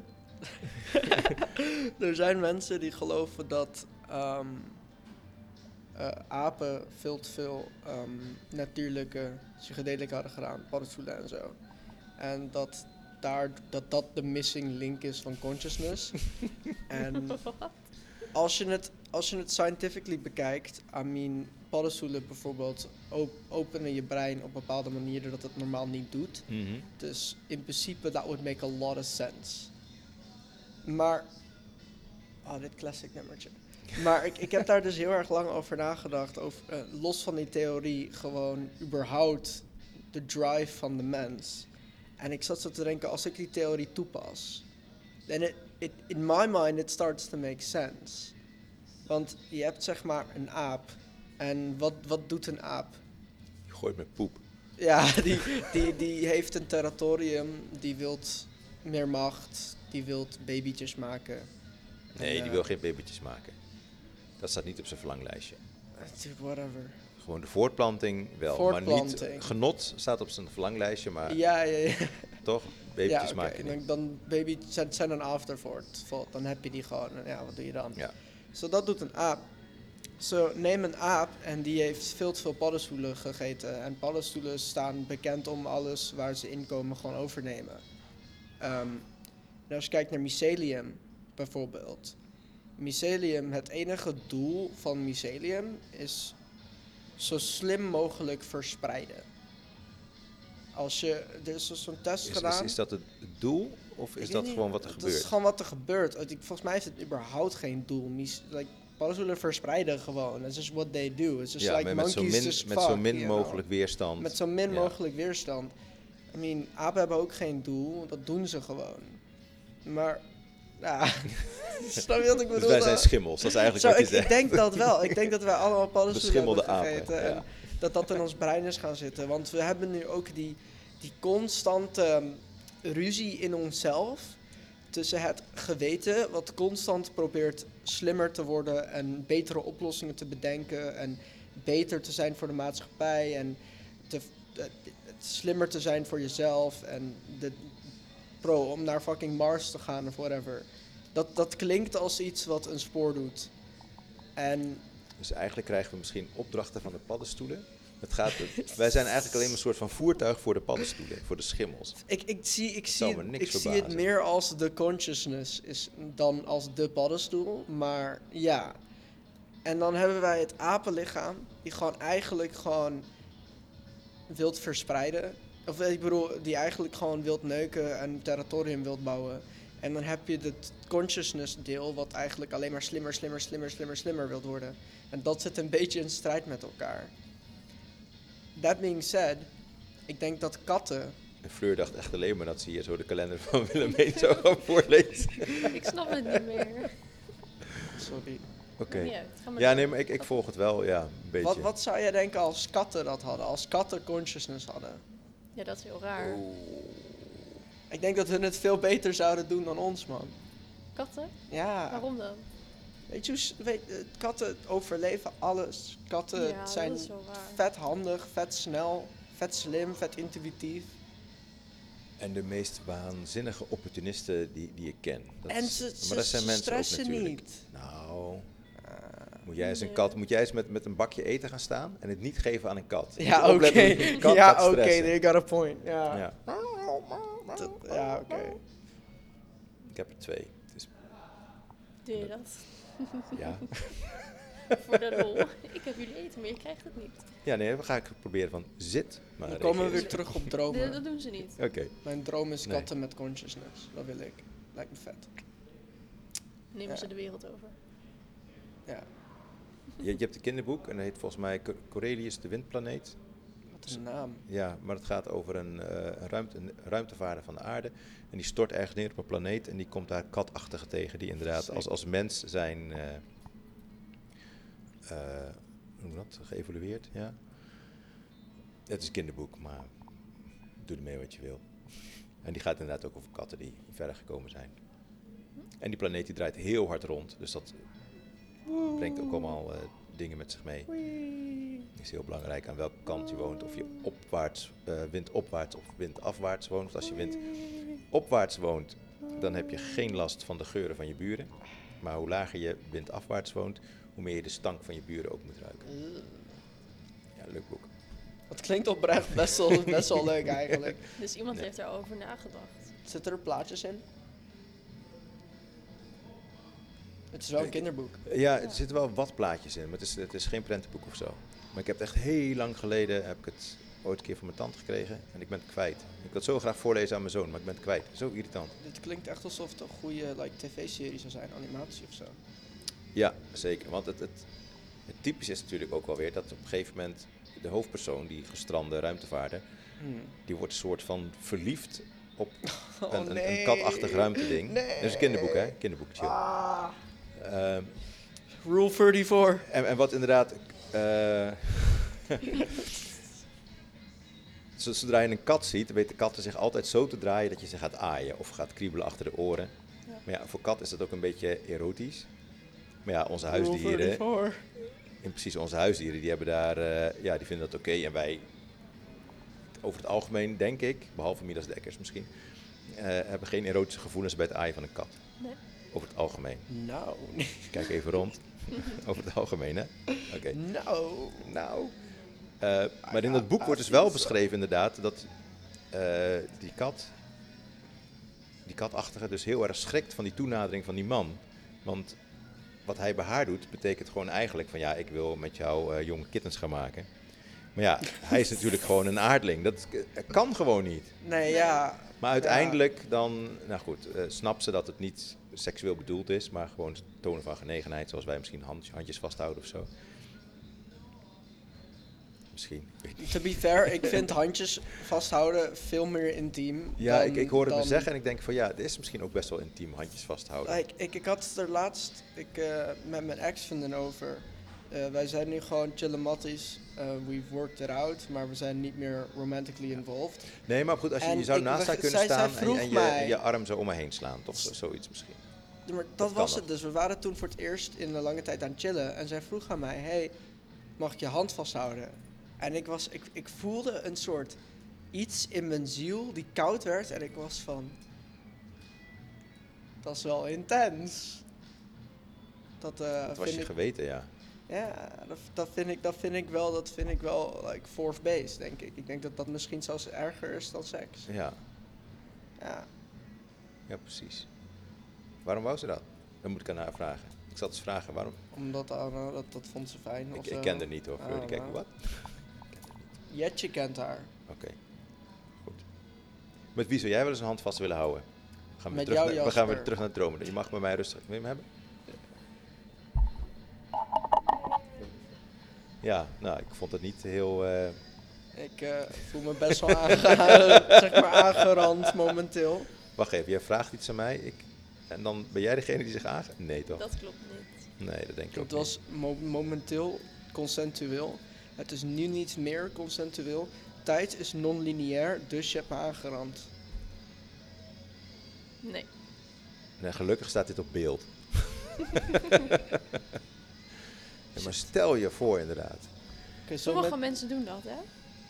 Er zijn mensen die geloven dat ehm, uh, apen veel te veel um, natuurlijke psychedelica hadden gedaan, paddenstoelen en zo. En dat daar, dat dat de missing link is van consciousness. En als je het, als je het scientifically bekijkt, I mean, paddenstoelen bijvoorbeeld op, openen je brein op bepaalde manieren dat het normaal niet doet. Mhm. Dus in principe, that would make a lot of sense. Maar, oh, dit classic nummertje. Maar ik, ik heb daar dus heel erg lang over nagedacht. Over, uh, los van die theorie, gewoon überhaupt de drive van de mens. En ik zat zo te denken, als ik die theorie toepas, then it, it, in my mind it starts to make sense. Want je hebt zeg maar een aap. En wat, wat doet een aap? Je gooit met poep. Ja, die, die, die heeft een territorium, die wil meer macht, die wil babytjes maken. Nee, En, die uh, wil geen babytjes maken. Dat staat niet op zijn verlanglijstje. Whatever. Gewoon de voortplanting wel, Voortplanting. maar niet genot staat op zijn verlanglijstje, maar Ja, ja, ja. toch? Babytjes ja, oké. maken Dan, niet. dan baby zet- zijn een afterthought. Dan heb je die gewoon. En ja, wat doe je dan? Ja. Zo, dat doet een aap. Zo, neem een aap en die heeft veel te veel paddenstoelen gegeten. En paddenstoelen staan bekend om alles waar ze in komen gewoon overnemen. Ehm, en als je kijkt naar mycelium bijvoorbeeld. Mycelium, het enige doel van mycelium is zo slim mogelijk verspreiden. Als je, er is dus zo'n test Is, is, gedaan. is dat het doel of Ik is weet dat niet, gewoon wat er Dat gebeurt? is gewoon wat er gebeurt. Ik- Volgens mij heeft het überhaupt geen doel. Mis, like, paddenstoelen verspreiden gewoon. That's just what they do. It's just Ja, like met, met zo monkeys min, just met zo fuck, min you know. mogelijk weerstand. Met zo min Ja. mogelijk weerstand. I mean, apen hebben ook geen doel. Dat doen ze gewoon. Maar, ja, snap je wat ik bedoel? Dus wij zijn schimmels, dat is eigenlijk Zo, wat je ik, zegt. ik denk dat wel. Ik denk dat wij allemaal paddenstoelen hebben Beschimmelde gegeten. apen, En ja. dat dat in ons brein is gaan zitten. Want we hebben nu ook die, die constante ruzie in onszelf. Tussen het geweten, wat constant probeert slimmer te worden en betere oplossingen te bedenken en beter te zijn voor de maatschappij en te, het, het slimmer te zijn voor jezelf en de pro om naar fucking Mars te gaan of whatever. Dat, dat klinkt als iets wat een spoor doet. En Dus eigenlijk krijgen we misschien opdrachten van de paddenstoelen. Het gaat, wij zijn eigenlijk alleen maar een soort van voertuig voor de paddenstoelen, voor de schimmels. ik, ik zie, ik Zou zie, me het, niks ik zie verbazen. het meer als de consciousness is dan als de paddenstoel. Maar ja. En dan hebben wij het apenlichaam, die gewoon eigenlijk gewoon wilt verspreiden. Of ik bedoel, die eigenlijk gewoon wilt neuken en territorium wilt bouwen. En dan heb je het consciousness deel, wat eigenlijk alleen maar slimmer, slimmer, slimmer, slimmer, slimmer wilt worden. En dat zit een beetje in strijd met elkaar. That being said, ik denk dat katten... En Fleur dacht echt alleen maar dat ze hier zo de kalender van Willemijn zou gaan voorlezen. Ik snap het niet meer. Sorry. Oké. Niet uit, ga maar Ja, door. nee, maar ik, ik volg het wel, ja, een beetje. Wat, wat zou jij denken als katten dat hadden? Als katten consciousness hadden? Ja, dat is heel raar. Ik denk dat hun het veel beter zouden doen dan ons, man. Katten? Ja. Waarom dan? Weet je, hoe s- weet, eh, katten overleven alles. Katten Ja, dat zijn is wel waar. vet handig, vet snel, vet slim, vet intuïtief. En de meest waanzinnige opportunisten die, die ik ken. Dat En is- ze, maar ze, dat zijn ze mensen ook stressen natuurlijk. niet. Nou, moet jij eens een Nee. kat, moet jij eens met, met een bakje eten gaan staan en het niet geven aan een kat? Moet je Ja, oké. opletten dat je een kat Ja, gaat oké, stressen. they got a point. Ja, Ja. Dat- ja oké. Ik heb er twee. Dus, Doe je dat? ja. Voor de lol. Ik heb jullie eten, maar je krijgt het niet. ja, nee, dan ga ik proberen van zit. Maar Dan komen we reageer weer terug op Nee, dromen. dat doen ze niet. eens. Oké. Mijn droom is Nee. katten met consciousness. Dat wil ik. Lijkt me vet. Nemen Ja. ze de wereld over. Ja, Je, je hebt een kinderboek en dat heet volgens mij Co- Corellius de Windplaneet. wat een naam. Ja, maar het gaat over een, eh, een, ruimte, een ruimtevaarder van de aarde. En die stort ergens neer op een planeet en die komt daar katachtige tegen. Die inderdaad als, als mens zijn, eh eh, hoe noem je dat, geëvolueerd. Ja. Het is een kinderboek, maar doe ermee wat je wil. En die gaat inderdaad ook over katten die verder gekomen zijn. En die planeet die draait heel hard rond, dus dat brengt ook allemaal eh, dingen met zich mee. Het is heel belangrijk aan welke kant je woont. Of je opwaarts, eh windopwaarts of windafwaarts woont. Want als je windopwaarts woont, dan heb je geen last van de geuren van je buren. Maar hoe lager je windafwaarts woont, hoe meer je de stank van je buren ook moet ruiken. Ja, leuk boek. Dat klinkt oprecht best wel, best wel leuk eigenlijk. Dus iemand Nee. heeft daarover nagedacht. Zitten er plaatjes in? Het is wel een kinderboek. Ja, er zitten wel wat plaatjes in, maar het is, het is geen prentenboek of zo. Maar ik heb het echt heel lang geleden, heb ik het ooit een keer van mijn tante gekregen en ik ben het kwijt. Ik wil het zo graag voorlezen aan mijn zoon, maar ik ben het kwijt. Zo irritant. Dit klinkt echt alsof het een goede like, tv-serie zou zijn, animatie of zo. Ja, zeker. Want het, het, het typische is natuurlijk ook wel weer dat op een gegeven moment de hoofdpersoon, die gestrande ruimtevaarder, Hmm. die wordt een soort van verliefd op Oh, een, een, nee. een katachtig ruimteding. Nee. Dat is een kinderboek, hè? Kinderboek, chill. Ah. Ehm, Rule vierenveertig. en, en wat inderdaad... eh zo- Zodra je een kat ziet, weten katten zich altijd zo te draaien dat je ze gaat aaien of gaat kriebelen achter de oren. Ja. Maar ja, voor kat is dat ook een beetje erotisch. Maar ja, onze huisdieren, in precies onze huisdieren, die hebben daar, uh, ja, die vinden dat oké. Okay. En wij, over het algemeen denk ik, behalve Midas Dekkers misschien, uh, hebben geen erotische gevoelens bij het aaien van een kat. Nee. Over het algemeen. Nou. Kijk even rond. Over het algemeen, hè? Oké. Okay. Nou. Nou. Uh, maar in dat boek wordt dus wel beschreven inderdaad dat uh, die kat, die katachtige dus heel erg schrikt van die toenadering van die man. Want wat hij bij haar doet, betekent gewoon eigenlijk van ja, ik wil met jou uh, jonge kittens gaan maken. Maar ja, hij is natuurlijk gewoon een aardling. Dat uh, kan gewoon niet. Nee, ja. Maar uiteindelijk dan, nou goed, uh, snapt ze dat het niet seksueel bedoeld is, maar gewoon het tonen van genegenheid, zoals wij misschien hand, handjes vasthouden of zo. Misschien. To be fair, ik vind handjes vasthouden veel meer intiem. Ja, dan, ik, ik hoor het dan... me zeggen en ik denk van ja, dit is misschien ook best wel intiem, handjes vasthouden. Ik, ik, ik had het er laatst ik, uh, met mijn ex-vriendin over. Uh, wij zijn nu gewoon chille matties. Uh, we've worked it out, maar we zijn niet meer romantically involved. Nee, maar goed, als je, je zou ik, naast haar kunnen zij, staan zij en, je, en je, mij, je arm zo om me heen slaan, toch zo, zoiets misschien. Ja, maar dat, dat was het dus. We waren toen voor het eerst in een lange tijd aan het chillen en zij vroeg aan mij, hey, mag ik je hand vasthouden? En ik, was, ik, ik voelde een soort iets in mijn ziel die koud werd en ik was van, dat is wel intens. Dat, uh, dat was je ik, geweten, ja. Ja, dat, dat, vind ik, dat vind ik wel, dat vind ik wel like fourth base, denk ik. Ik denk dat dat misschien zelfs erger is dan seks. Ja. Ja. Ja, precies. Waarom wou ze dat? Dan moet ik aan haar vragen. Ik zal eens vragen, waarom? Omdat, uh, dat, dat vond ze fijn. Ik, of ik zo. ken haar niet hoor. Oh, Kijken, wat? Jetje kent haar. Oké, okay. Goed. Met wie zou jij wel eens een hand vast willen houden? We gaan, Met weer, terug jou, naar, we gaan weer Jasper. terug naar het dromen. Je mag bij mij rustig. Wil je hem hebben? Ja, nou, ik vond het niet heel... Uh... Ik uh, voel me best wel aange- zeg maar aangerand momenteel. Wacht even, jij vraagt iets aan mij. Ik... En dan ben jij degene die zich aange... Nee, toch? Dat klopt niet. Nee, dat denk ik ook Het was mo- momenteel consensueel. Het is nu niet meer consensueel. Tijd is non-lineair, dus je hebt me aangerand. Nee. Nee, gelukkig staat dit op beeld. Ja, maar stel je voor inderdaad. Okay, Sommige met... mensen doen dat, hè?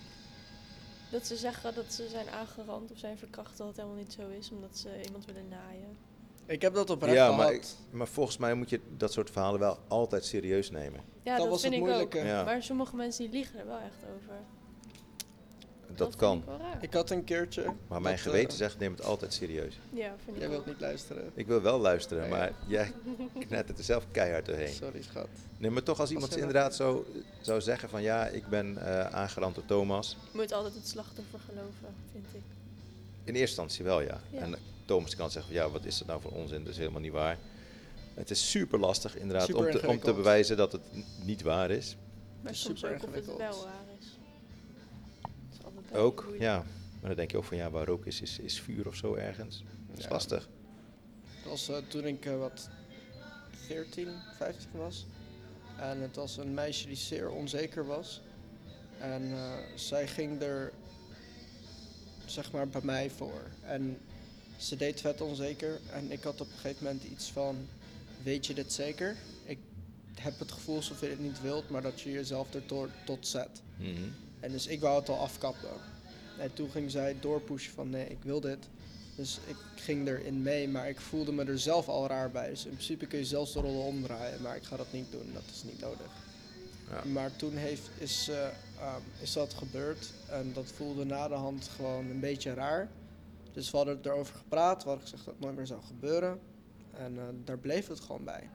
Dat ze zeggen dat ze zijn aangerand of zijn verkracht, dat het helemaal niet zo is, omdat ze iemand willen naaien. Ik heb dat oprecht ja, gehad. maar, ik, maar volgens mij moet je dat soort verhalen wel altijd serieus nemen. Ja, dat, dat was vind het ik moeilijke. ook. Ja. Maar sommige mensen die liegen er wel echt over. Dat, dat kan. Vind ik, wel raar. Ik had een keertje... Maar mijn dat, geweten uh, zegt, neem het altijd serieus. Ja, vind ik Jij ook. wilt niet luisteren. Ik wil wel luisteren, Oh, ja. maar jij knettert er zelf keihard doorheen. Sorry, schat. Nee, maar toch als iemand Als je inderdaad zo zou zeggen van ja, ik ben uh, aangerand door Thomas. Je moet altijd het slachtoffer geloven, vind ik. In eerste instantie wel, ja. Ja. En Thomas kan zeggen van ja, wat is dat nou voor onzin? Dat is helemaal niet waar. Het is super lastig inderdaad Super om, te, om te ingewikkeld. bewijzen dat het n- niet waar is. Maar is soms super ook of het ingewikkeld. wel waar is. Dat is altijd wel Ook, moeilijk. ja. Maar dan denk je ook van ja, waar rook is, is, is vuur of zo ergens. Dat is Ja. lastig. Dat was uh, toen ik uh, wat veertien, vijftien was. En het was een meisje die zeer onzeker was. En uh, zij ging er, zeg maar, bij mij voor. En ze deed vet onzeker. En ik had op een gegeven moment iets van, weet je dit zeker? Ik heb het gevoel alsof je het niet wilt, maar dat je jezelf er tot, tot zet. Mhm. En dus ik wou het al afkappen. En toen ging zij doorpushen van nee, ik wil dit. Dus ik ging erin mee, maar ik voelde me er zelf al raar bij. Dus in principe kun je zelfs de rollen omdraaien, maar ik ga dat niet doen, dat is niet nodig. Ja. Maar toen heeft, is, uh, um, is dat gebeurd en dat voelde na de hand gewoon een beetje raar. Dus we hadden erover gepraat, we hadden gezegd dat het nooit meer zou gebeuren. En uh, daar bleef het gewoon bij.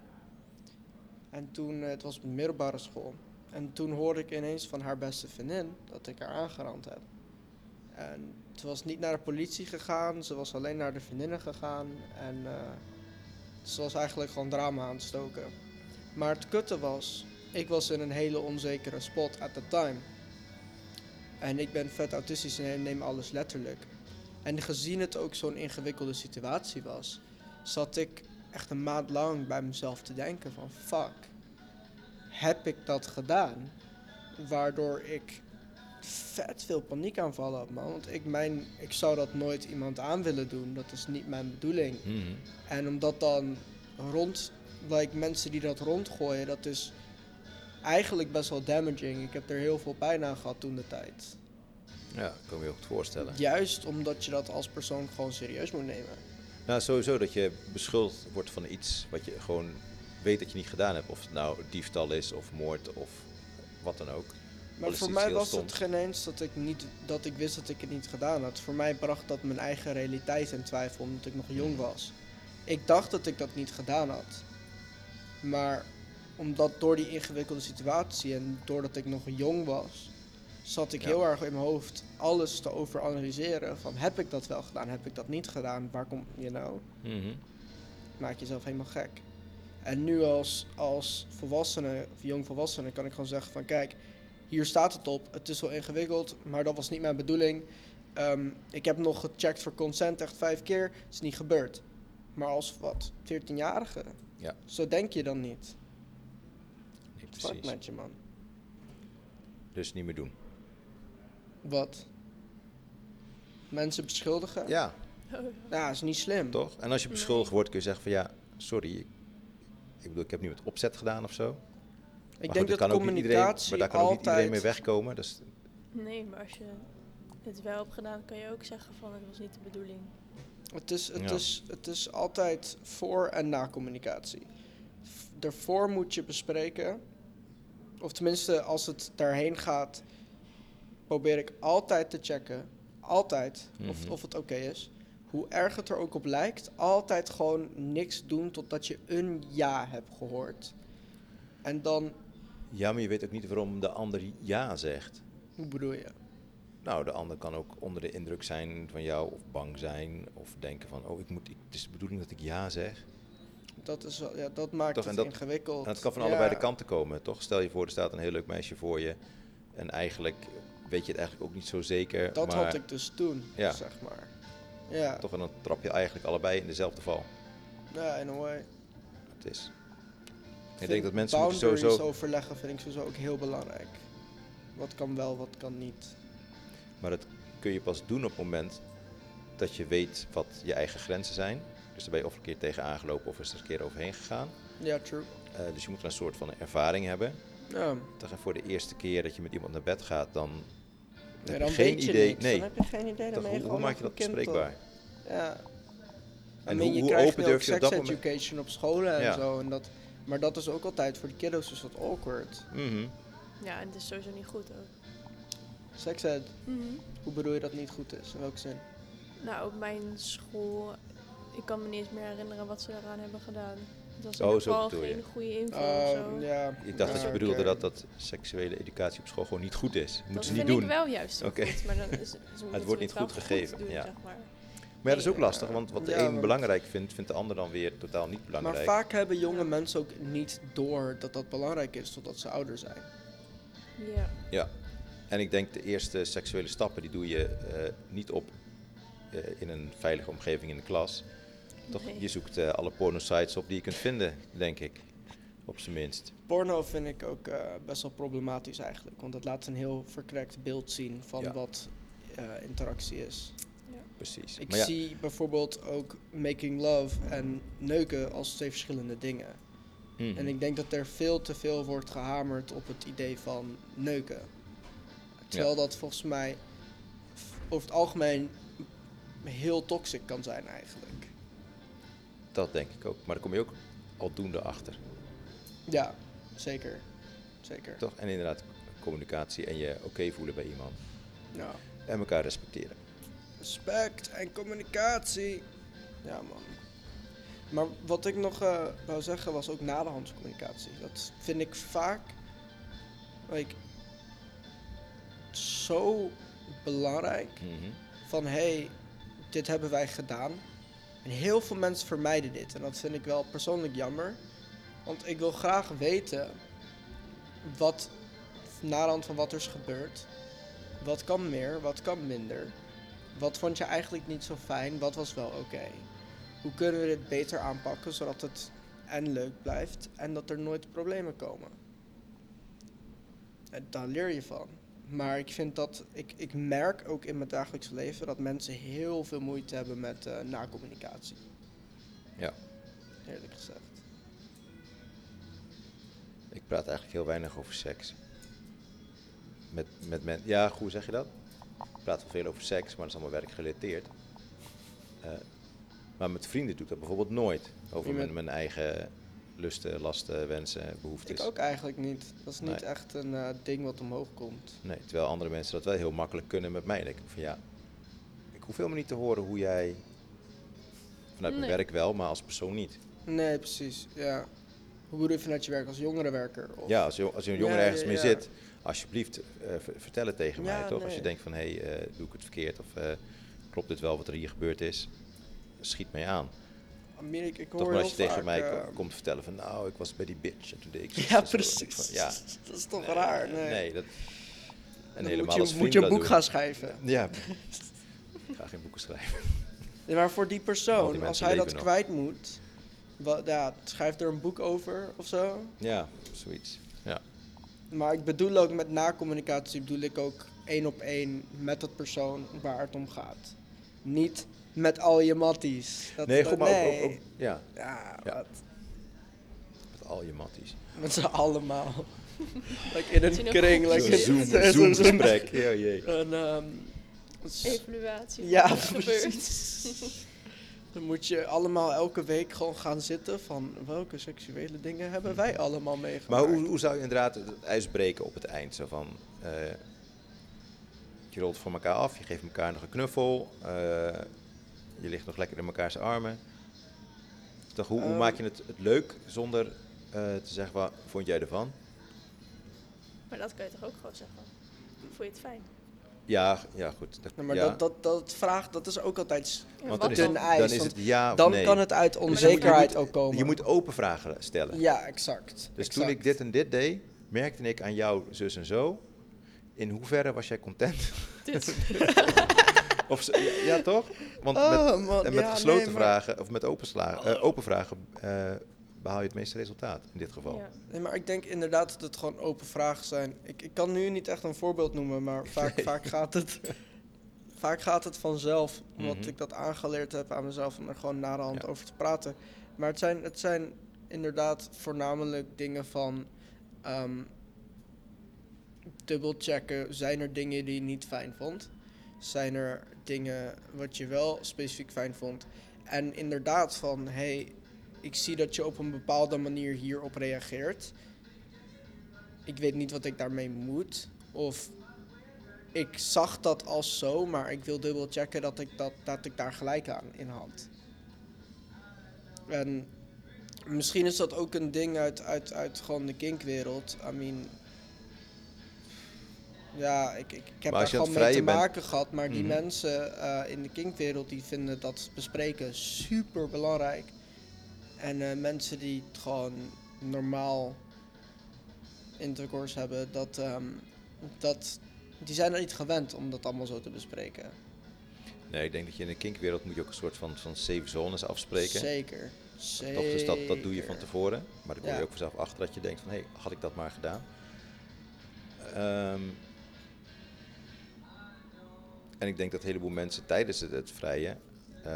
En toen, uh, het was op de middelbare school. En toen hoorde ik ineens van haar beste vriendin dat ik haar aangerand heb. En ze was niet naar de politie gegaan, ze was alleen naar de vriendinnen gegaan. En uh, ze was eigenlijk gewoon drama aan het stoken. Maar het kutte was, ik was in een hele onzekere spot at the time. En ik ben vet autistisch en neem alles letterlijk. En gezien het ook zo'n ingewikkelde situatie was, zat ik echt een maand lang bij mezelf te denken van fuck, heb ik dat gedaan? Waardoor ik vet veel paniekaanvallen had, man. Want ik, mijn, ik zou dat nooit iemand aan willen doen. Dat is niet mijn bedoeling. Mhm. En om dat dan rond like, mensen die dat rondgooien, dat is eigenlijk best wel damaging. Ik heb er heel veel pijn aan gehad toen de tijd. Ja, dat kan ik me heel goed voorstellen. Juist omdat je dat als persoon gewoon serieus moet nemen. Nou, sowieso dat je beschuldigd wordt van iets wat je gewoon weet dat je niet gedaan hebt. Of het nou diefstal is, of moord, of wat dan ook. Maar Al is voor het mij iets heel was het stoms. geen eens dat ik, niet, dat ik wist dat ik het niet gedaan had. Voor mij bracht dat mijn eigen realiteit in twijfel, omdat ik nog jong was. Ik dacht dat ik dat niet gedaan had. Maar omdat door die ingewikkelde situatie en doordat ik nog jong was, zat ik Ja. heel erg in mijn hoofd alles te overanalyseren. Van heb ik dat wel gedaan, heb ik dat niet gedaan, waar komt, you know, Mhm. maak jezelf helemaal gek. En nu als, als volwassene, of jong volwassene, kan ik gewoon zeggen van kijk, hier staat het op, het is wel ingewikkeld, maar dat was niet mijn bedoeling. Ehm, ik heb nog gecheckt voor consent echt vijf keer, het is niet gebeurd. Maar als wat, veertienjarige? Ja. Zo denk je dan niet. Nee, Fuck precies. met je man. Dus niet meer doen. Wat? Mensen beschuldigen? Ja, Oh, ja. Ja, is niet slim. toch? En als je beschuldigd wordt kun je zeggen van ja, sorry. Ik, ik bedoel, ik heb niet met opzet gedaan of zo. Ik Maar denk goed, dat kan ook niet iedereen, communicatie maar daar kan ook niet iedereen mee altijd... wegkomen. Dus Nee, maar als je het wel hebt gedaan, kan je ook zeggen van het was niet de bedoeling. Het is, het, Ja. is, het is altijd voor- en na communicatie. V- Daarvoor moet je bespreken, of tenminste als het daarheen gaat, probeer ik altijd te checken, altijd, of, Mhm. of het oké is. Hoe erg het er ook op lijkt, altijd gewoon niks doen totdat je een ja hebt gehoord. En dan, ja, maar je weet ook niet waarom de ander ja zegt. hoe bedoel je? Nou, de ander kan ook onder de indruk zijn van jou of bang zijn of denken van oh, ik moet, ik, het is de bedoeling dat ik ja zeg. Dat, is wel, ja, dat maakt Toch, het en dat- ingewikkeld. En het kan van Ja. allebei de kanten komen, toch? Stel je voor, er staat een heel leuk meisje voor je en eigenlijk weet je het eigenlijk ook niet zo zeker. Dat maar had ik dus toen, Ja. zeg maar. Ja, toch, en dan trap je eigenlijk allebei in dezelfde val. ja, in a way. Het is. Ik vind denk dat mensen moeten boundaries sowieso. overleggen vind ik sowieso ook heel belangrijk. Wat kan wel, wat kan niet. Maar dat kun je pas doen op het moment dat je weet wat je eigen grenzen zijn. Dus daar ben je of een keer tegen aangelopen of is er een keer overheen gegaan. Ja, true. Eh, dus je moet een soort van ervaring hebben. Ja, Toch, en voor de eerste keer dat je met iemand naar bed gaat, dan ja, heb dan je geen weet je idee. niks. Nee, Dan heb je geen idee. Dan toch, ben je hoe, hoe gewoon maak je nog dat een kind, bespreekbaar? toch? Ja. En I mean, hoe- je hoe krijgt open nu ook durf je op sex dat moment- education op scholen en Ja. zo. En dat, maar dat is ook altijd voor de kiddo's dus wat awkward. Mhm. Ja, en het is sowieso niet goed ook. Sex ed, Mhm. hoe bedoel je dat niet goed is? In welke zin? Nou, op mijn school, ik kan me niet eens meer herinneren wat ze eraan hebben gedaan. Het was in Oh, ieder zo geval bedoel je. geen goede info Oh, of zo. ja. Ik dacht dat je Ja, bedoelde oké. dat, dat seksuele educatie op school gewoon niet goed is. Moeten Dat ze niet vind doen. ik wel juist Oké. goed, maar dan is, ze moeten wordt niet het wel goed gegeven, doen, ja. zeg maar. Maar ja, dat is ook lastig, want wat de Ja, een want- belangrijk vindt, vindt de ander dan weer totaal niet Maar belangrijk. vaak hebben jonge mensen ook niet door dat dat belangrijk is totdat ze ouder zijn. Ja. Ja. En ik denk de eerste seksuele stappen, die doe je eh, niet op eh, in een veilige omgeving in de klas. Toch, Nee. je zoekt eh, alle porno-sites op die je kunt vinden, denk ik. Op zijn minst. Porno vind ik ook eh, best wel problematisch eigenlijk. Want het laat een heel verkrekt beeld zien van Ja. wat eh, interactie is. Precies. Ik Maar ja, zie bijvoorbeeld ook making love en neuken als twee verschillende dingen. mhm. En ik denk dat er veel te veel wordt gehamerd op het idee van neuken. Terwijl dat volgens mij f- over het algemeen heel toxic kan zijn eigenlijk. Dat denk ik ook. Maar daar kom je ook aldoende achter. Ja, zeker. Zeker. Toch? En inderdaad, communicatie en je oké voelen bij iemand. Ja. En elkaar respecteren. Respect en communicatie. Ja, man. Maar wat ik nog eh, wou zeggen was ook nadehands communicatie. Dat vind ik vaak like, zo belangrijk. Mhm. Van hé, hey, dit hebben wij gedaan. En heel veel mensen vermijden dit. En dat vind ik wel persoonlijk jammer. Want ik wil graag weten wat na de hand van wat er is gebeurd. Wat kan meer, wat kan minder. Wat vond je eigenlijk niet zo fijn, wat was wel oké. Hoe kunnen we dit beter aanpakken zodat het en leuk blijft en dat er nooit problemen komen. En daar leer je van. Maar ik vind dat, ik, ik merk ook in mijn dagelijks leven dat mensen heel veel moeite hebben met uh, nacommunicatie. Ja. Eerlijk gezegd. Ik praat eigenlijk heel weinig over seks. Met, met men, ja, hoe zeg je dat? Ik praat wel veel over seks, maar dat is allemaal werkgerelateerd. Uh, maar met vrienden doe ik dat bijvoorbeeld nooit. Over mijn, mijn eigen lusten, lasten, wensen, behoeftes. Ik ook eigenlijk niet. Dat is niet Nee. echt een uh, ding wat omhoog komt. Nee, terwijl andere mensen dat wel heel makkelijk kunnen met mij. Dan denk ik van ja, ik hoef helemaal niet te horen hoe jij... Vanuit mijn Nee. werk wel, maar als persoon niet. Nee, precies. Ja. Hoe bedoel je vanuit je werk als jongerenwerker? Of? Ja, als je, als je een jongen Ja, ergens ja, mee ja. zit, alsjeblieft uh, v- vertel het tegen Ja, mij, toch? nee. Als je denkt van, hé, hey, uh, doe ik het verkeerd of uh, klopt dit wel wat er hier gebeurd is? Schiet mij aan. Amerik, ik hoor Toch maar als heel je tegen vaak, mij uh, ko- komt vertellen van, nou, ik was bij die bitch en toen deed ik zo, Ja, zo, zo. precies. Van, ja, Dat is toch raar? Nee. nee dat, en Dan helemaal moet je, als moet vrienden je een dat boek doen. gaan schrijven. Ja, ik ga geen boeken schrijven. Nee, maar voor die Al persoon, die als mensen hij dat leven nog. kwijt moet, wa- ja, schrijf er een boek over of zo. Ja, zoiets. Ja. Maar ik bedoel ook met na-communicatie, bedoel ik ook één op één met dat persoon waar het om gaat. Niet met al je matties. Dat, Nee, dat- goed, maar ook, nee. ook, ook ja, Ja, Ja. wat? met al je matties. Met z'n allemaal. like in een Zien ook kring. goed. Like Zo'n in- Zoom, zo'n- zo'n- Zoom-gesprek. Ja, jee. Een, ehm, s- Evaluatie. Ja, van wat er gebeurt. precies. Dan moet je allemaal elke week gewoon gaan zitten van welke seksuele dingen hebben wij allemaal meegemaakt. Maar hoe, hoe zou je inderdaad het ijs breken op het eind? Zo van, uh, je rolt voor elkaar af, je geeft elkaar nog een knuffel, uh, je ligt nog lekker in mekaars armen. Toch, hoe, hoe Um, maak je het, het leuk zonder uh, te zeggen, wat vond jij ervan? Maar dat kan je toch ook gewoon zeggen? Vond je het fijn? Ja, ja goed. Dat, Nou, maar ja, dat, dat, dat vraagt, dat is ook altijd s- Ja, want wat dan is, dun het, ijs, dan is want het ja of dan nee. kan het uit Dus je moet- onzekerheid je moet, ook komen. Je moet open vragen stellen. Ja, exact. Dus exact. toen ik dit en dit deed, merkte ik aan jou zus en zo. In hoeverre was jij content? Dit. Of zo, ja, ja, toch? Want Oh, met, man, en met ja, gesloten nee, maar- vragen, of met open, sla- eh, open vragen, uh, behaal je het meeste resultaat in dit geval. Ja. Nee, maar ik denk inderdaad dat het gewoon open vragen zijn. Ik, ik kan nu niet echt een voorbeeld noemen, maar vaak, Nee. vaak, gaat, het, vaak gaat het vanzelf. Omdat Mhm. ik dat aangeleerd heb aan mezelf om er gewoon na de hand Ja. over te praten. Maar het zijn, het zijn inderdaad voornamelijk dingen van um, dubbelchecken. Zijn er dingen die je niet fijn vond? Zijn er dingen wat je wel specifiek fijn vond? En inderdaad van, hey, ik zie dat je op een bepaalde manier hierop reageert. Ik weet niet wat ik daarmee moet. Of ik zag dat als zo, maar ik wil dubbel checken dat ik, dat, dat ik daar gelijk aan in had. En misschien is dat ook een ding uit, uit, uit gewoon de kinkwereld. I mean, ja, ik, ik, ik heb Maar daar als je aan gewoon het mee te vrijen bent- maken gehad. Maar die Mhm. mensen uh, in de kinkwereld die vinden dat bespreken super belangrijk. En uh, mensen die het gewoon normaal intercourse hebben, dat, um, dat, die zijn er niet gewend om dat allemaal zo te bespreken. Nee, ik denk dat je in de kinkwereld moet je ook een soort van, van safe zones afspreken. Zeker. Zeker. Toch? Dus dat, dat doe je van tevoren. Maar dan kom je Ja. ook vanzelf achter dat je denkt van, hé, hey, had ik dat maar gedaan? Um, en ik denk dat een heleboel mensen tijdens het, het vrije uh,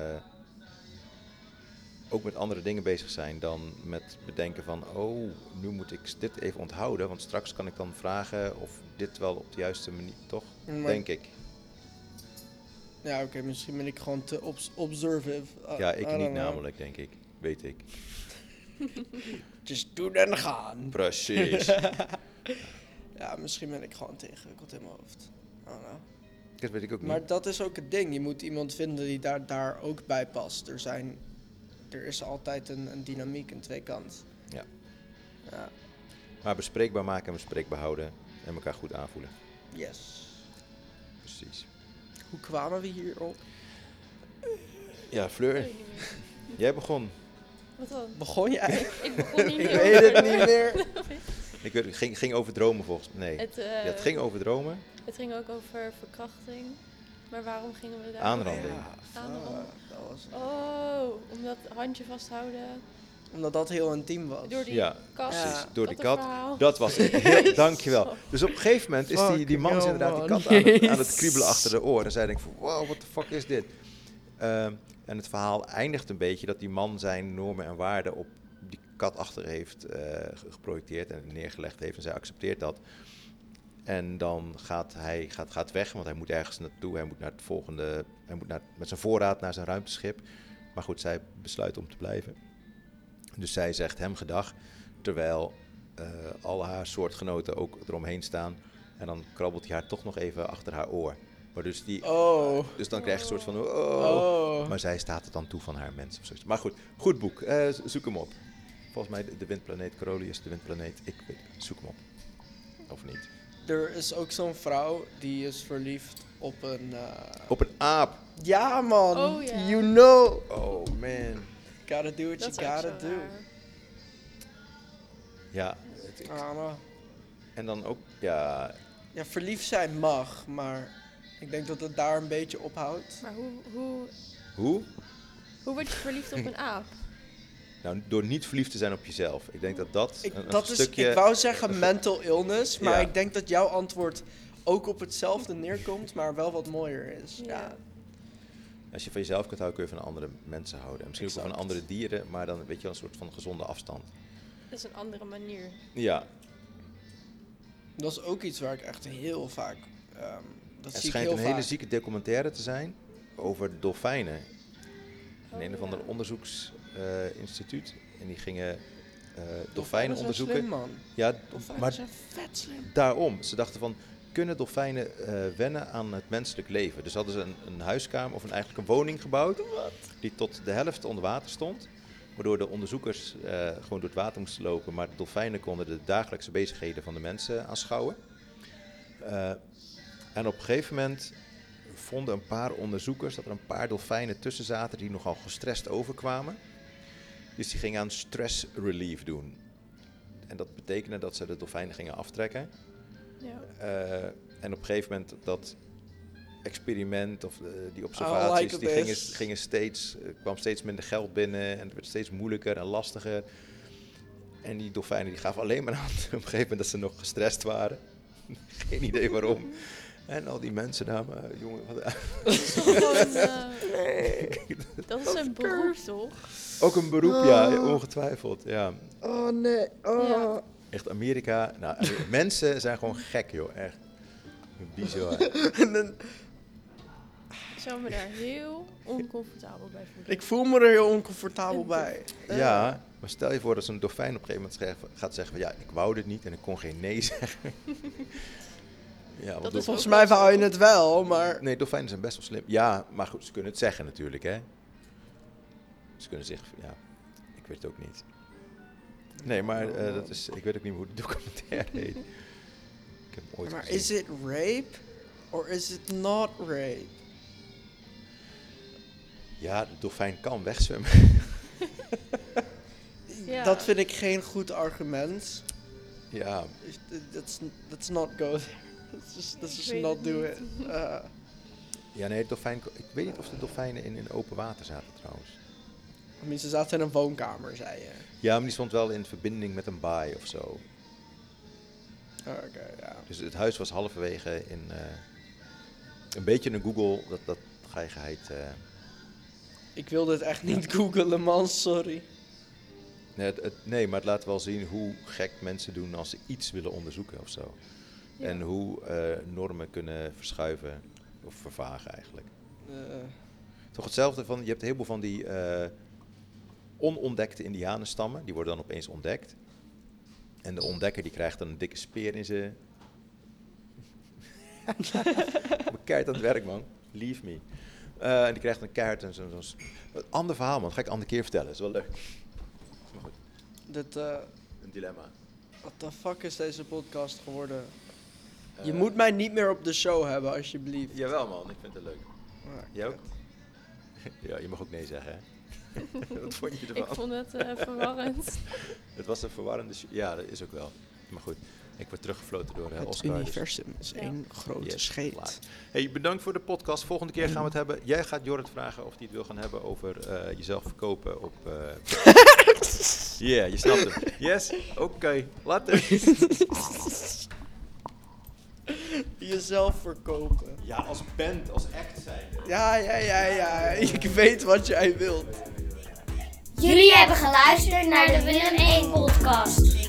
ook met andere dingen bezig zijn dan met bedenken van, oh, nu moet ik dit even onthouden, want straks kan ik dan vragen of dit wel op de juiste manier, toch? Maar- Denk ik. Ja, oké, okay, misschien ben ik gewoon te obs- observative. Uh, Ja, I ik don't niet know. namelijk, denk ik. Weet ik. Just doen en gaan. Precies. Ja, misschien ben ik gewoon te ingewikkeld in mijn hoofd. I don't know. Dat weet ik ook niet. Maar dat is ook het ding. Je moet iemand vinden die daar, daar ook bij past. Er, zijn, er is altijd een, een dynamiek, een tweekant. Ja. Ja. Maar bespreekbaar maken en bespreekbaar houden en elkaar goed aanvoelen. Yes. Precies. Hoe kwamen we hierop? Ja, Fleur, Weet ik niet meer. jij begon. Wat dan? Begon jij? Ik begon niet Ik meer weet het over. niet meer. Ik weet, het ging, ging over dromen volgens mij. Nee, Het, eh, ja, het ging over dromen. het ging ook over verkrachting. Maar waarom gingen we daar? Aanranding. Ja, Aanranding. fuck, dat was... Oh, omdat handje vasthouden. Omdat dat heel intiem was. Door die Ja, kat. precies. Dat Door die een kat. verhaal. Dat was het. Heel, dankjewel. Dus op een gegeven moment is die, die man is Fucking inderdaad die hell, kat aan het, aan het man. kriebelen achter de oren. En zij denkt van, wow, what the fuck is dit? Um, en het verhaal eindigt een beetje dat die man zijn normen en waarden op die kat achter heeft uh, geprojecteerd en neergelegd heeft. En zij accepteert dat. En dan gaat hij gaat, gaat weg, want hij moet ergens naartoe. Hij moet naar het volgende, hij moet naar, met zijn voorraad naar zijn ruimteschip. Maar goed, zij besluit om te blijven. Dus zij zegt hem gedag, terwijl uh, al haar soortgenoten ook eromheen staan. En dan krabbelt hij haar toch nog even achter haar oor. Maar dus, die, Oh. dus dan krijg je een soort van, oh. oh. Maar zij staat het dan toe van haar mensen. Of zoiets. Maar goed, goed boek. Uh, zoek hem op. Volgens mij de, de windplaneet, Coriolis, de windplaneet. Ik weet, zoek hem op. Of niet. Er is ook zo'n vrouw die is verliefd op een... Uh... Op een aap. Ja, man. Oh, ja. You know. Oh, man. Gotta do what Dat you is ook gotta zo do. raar. Ja. I don't know. En dan ook, ja... Ja, verliefd zijn mag, maar ik denk dat het daar een beetje ophoudt. Maar hoe, hoe, Hoe? hoe word je verliefd op een aap? Nou, door niet verliefd te zijn op jezelf. Ik denk dat dat Ik, een, een dat is, stukje... ik wou zeggen mental illness, maar Ja. ik denk dat jouw antwoord ook op hetzelfde neerkomt, maar wel wat mooier is. Ja. Ja. Als je van jezelf kunt houden, kun je van andere mensen houden. En misschien ook Exact. van andere dieren, maar dan weet je wel een soort van gezonde afstand. Dat is een andere manier. Ja, Dat is ook iets waar ik echt heel vaak... Um, dat het zie ik schijnt heel een hele vaak. zieke documentaire te zijn over dolfijnen. In Oh, een of ja. ander onderzoeksinstituut. en die gingen uh, dolfijnen Dolfijnen zijn onderzoeken. slim, man. Ja, Dolfijnen maar zijn vet slim. daarom. Ze dachten van, kunnen dolfijnen uh, wennen aan het menselijk leven? Dus hadden ze een, een huiskamer of een, eigenlijk een woning gebouwd die tot de helft onder water stond. Waardoor de onderzoekers uh, gewoon door het water moesten lopen, maar de dolfijnen konden de dagelijkse bezigheden van de mensen aanschouwen. Uh, en op een gegeven moment vonden een paar onderzoekers dat er een paar dolfijnen tussen zaten die nogal gestrest overkwamen. Dus die gingen aan stress relief doen. En dat betekende dat ze de dolfijnen gingen aftrekken. Ja. Uh, en op een gegeven moment dat experiment of uh, die I observaties, like die this. gingen, gingen steeds, uh, kwam steeds minder geld binnen en het werd steeds moeilijker en lastiger. En die dolfijnen die gaven alleen maar aan op een gegeven moment dat ze nog gestrest waren. Geen idee waarom. En al die mensen daar, maar jongen, wat... Dat is toch gewoon, uh, nee. dat is een beroep, toch? Ook een beroep, ja, ongetwijfeld. Ja. Oh nee, oh. Ja. Echt Amerika, nou, mensen zijn gewoon gek, joh, echt. Bizar. En dan- Ik zou me daar heel oncomfortabel bij voelen. ik voel me er heel oncomfortabel bij. Ja, maar stel je voor dat zo'n dolfijn op een gegeven moment schrijft- gaat zeggen van ja, ik wou dit niet en ik kon geen nee zeggen. Ja, want Dat dolf- is Volgens ook mij wel wou je zo. het wel, maar... Nee, dolfijnen zijn best wel slim. Ja, maar goed, ze kunnen het zeggen natuurlijk, hè. Ze kunnen zich, ja, ik weet het ook niet. Nee, maar uh, dat is, ik weet ook niet meer hoe de documentaire heet. Ik heb hem ooit Maar gezien. is it rape? Or is it not rape? Ja, de dolfijn kan wegzwemmen. Ja. Dat vind ik geen goed argument. Ja, That's, that's not go there. Let's just, let's Ik just weet not het do niet. it. Uh, ja, nee, de dolfijn, ik weet niet of de dolfijnen in, in open water zaten trouwens. I mean, ze zaten in een woonkamer, zei je. Ja, maar die stond wel in verbinding met een baai of zo. Oh, Oké, ja. Dus het huis was halverwege in uh, een beetje een Google, dat, dat geigheid. Uh, Ik wilde het echt niet googlen, man, sorry. nee, het, het, nee, maar het laat wel zien hoe gek mensen doen als ze iets willen onderzoeken of zo. Ja. En hoe uh, normen kunnen verschuiven of vervagen eigenlijk. Uh, Toch hetzelfde van, je hebt een heleboel van die uh, onontdekte indianenstammen, die worden dan opeens ontdekt. En de ontdekker die krijgt dan een dikke speer in zijn... Ik ben keihard aan het werk, man. Leave me. Uh, en die krijgt een kaart en zo'n... Zo een ander verhaal, man. Dat ga ik een andere keer vertellen. Dat is wel leuk. Maar goed, dit, uh, een dilemma. what the fuck is deze podcast geworden? Je Uh, moet mij niet meer op de show hebben, alsjeblieft. Jawel, man. Ik vind het leuk. Ah, Jij ook? Ja, je mag ook nee zeggen, hè? Wat vond je Ik ervan? vond het uh, verwarrend. Het was een verwarrende... sh- Ja, dat is ook wel. Maar goed, ik word teruggefloten door uh, Het Oscar. dus- universum is Ja. één grote Yes, scheet. klaar. Hey, bedankt voor de podcast. Volgende keer gaan we het hebben. Jij gaat Jorrit vragen of hij het wil gaan hebben over uh, jezelf verkopen op... Ja, uh... yeah, je snapt het. Yes? Oké, okay. later. Jezelf verkopen. Ja, als band, als act zijn. Ja, ja, ja, ja. Ik weet wat jij wilt. Jullie hebben geluisterd naar de Willem één podcast.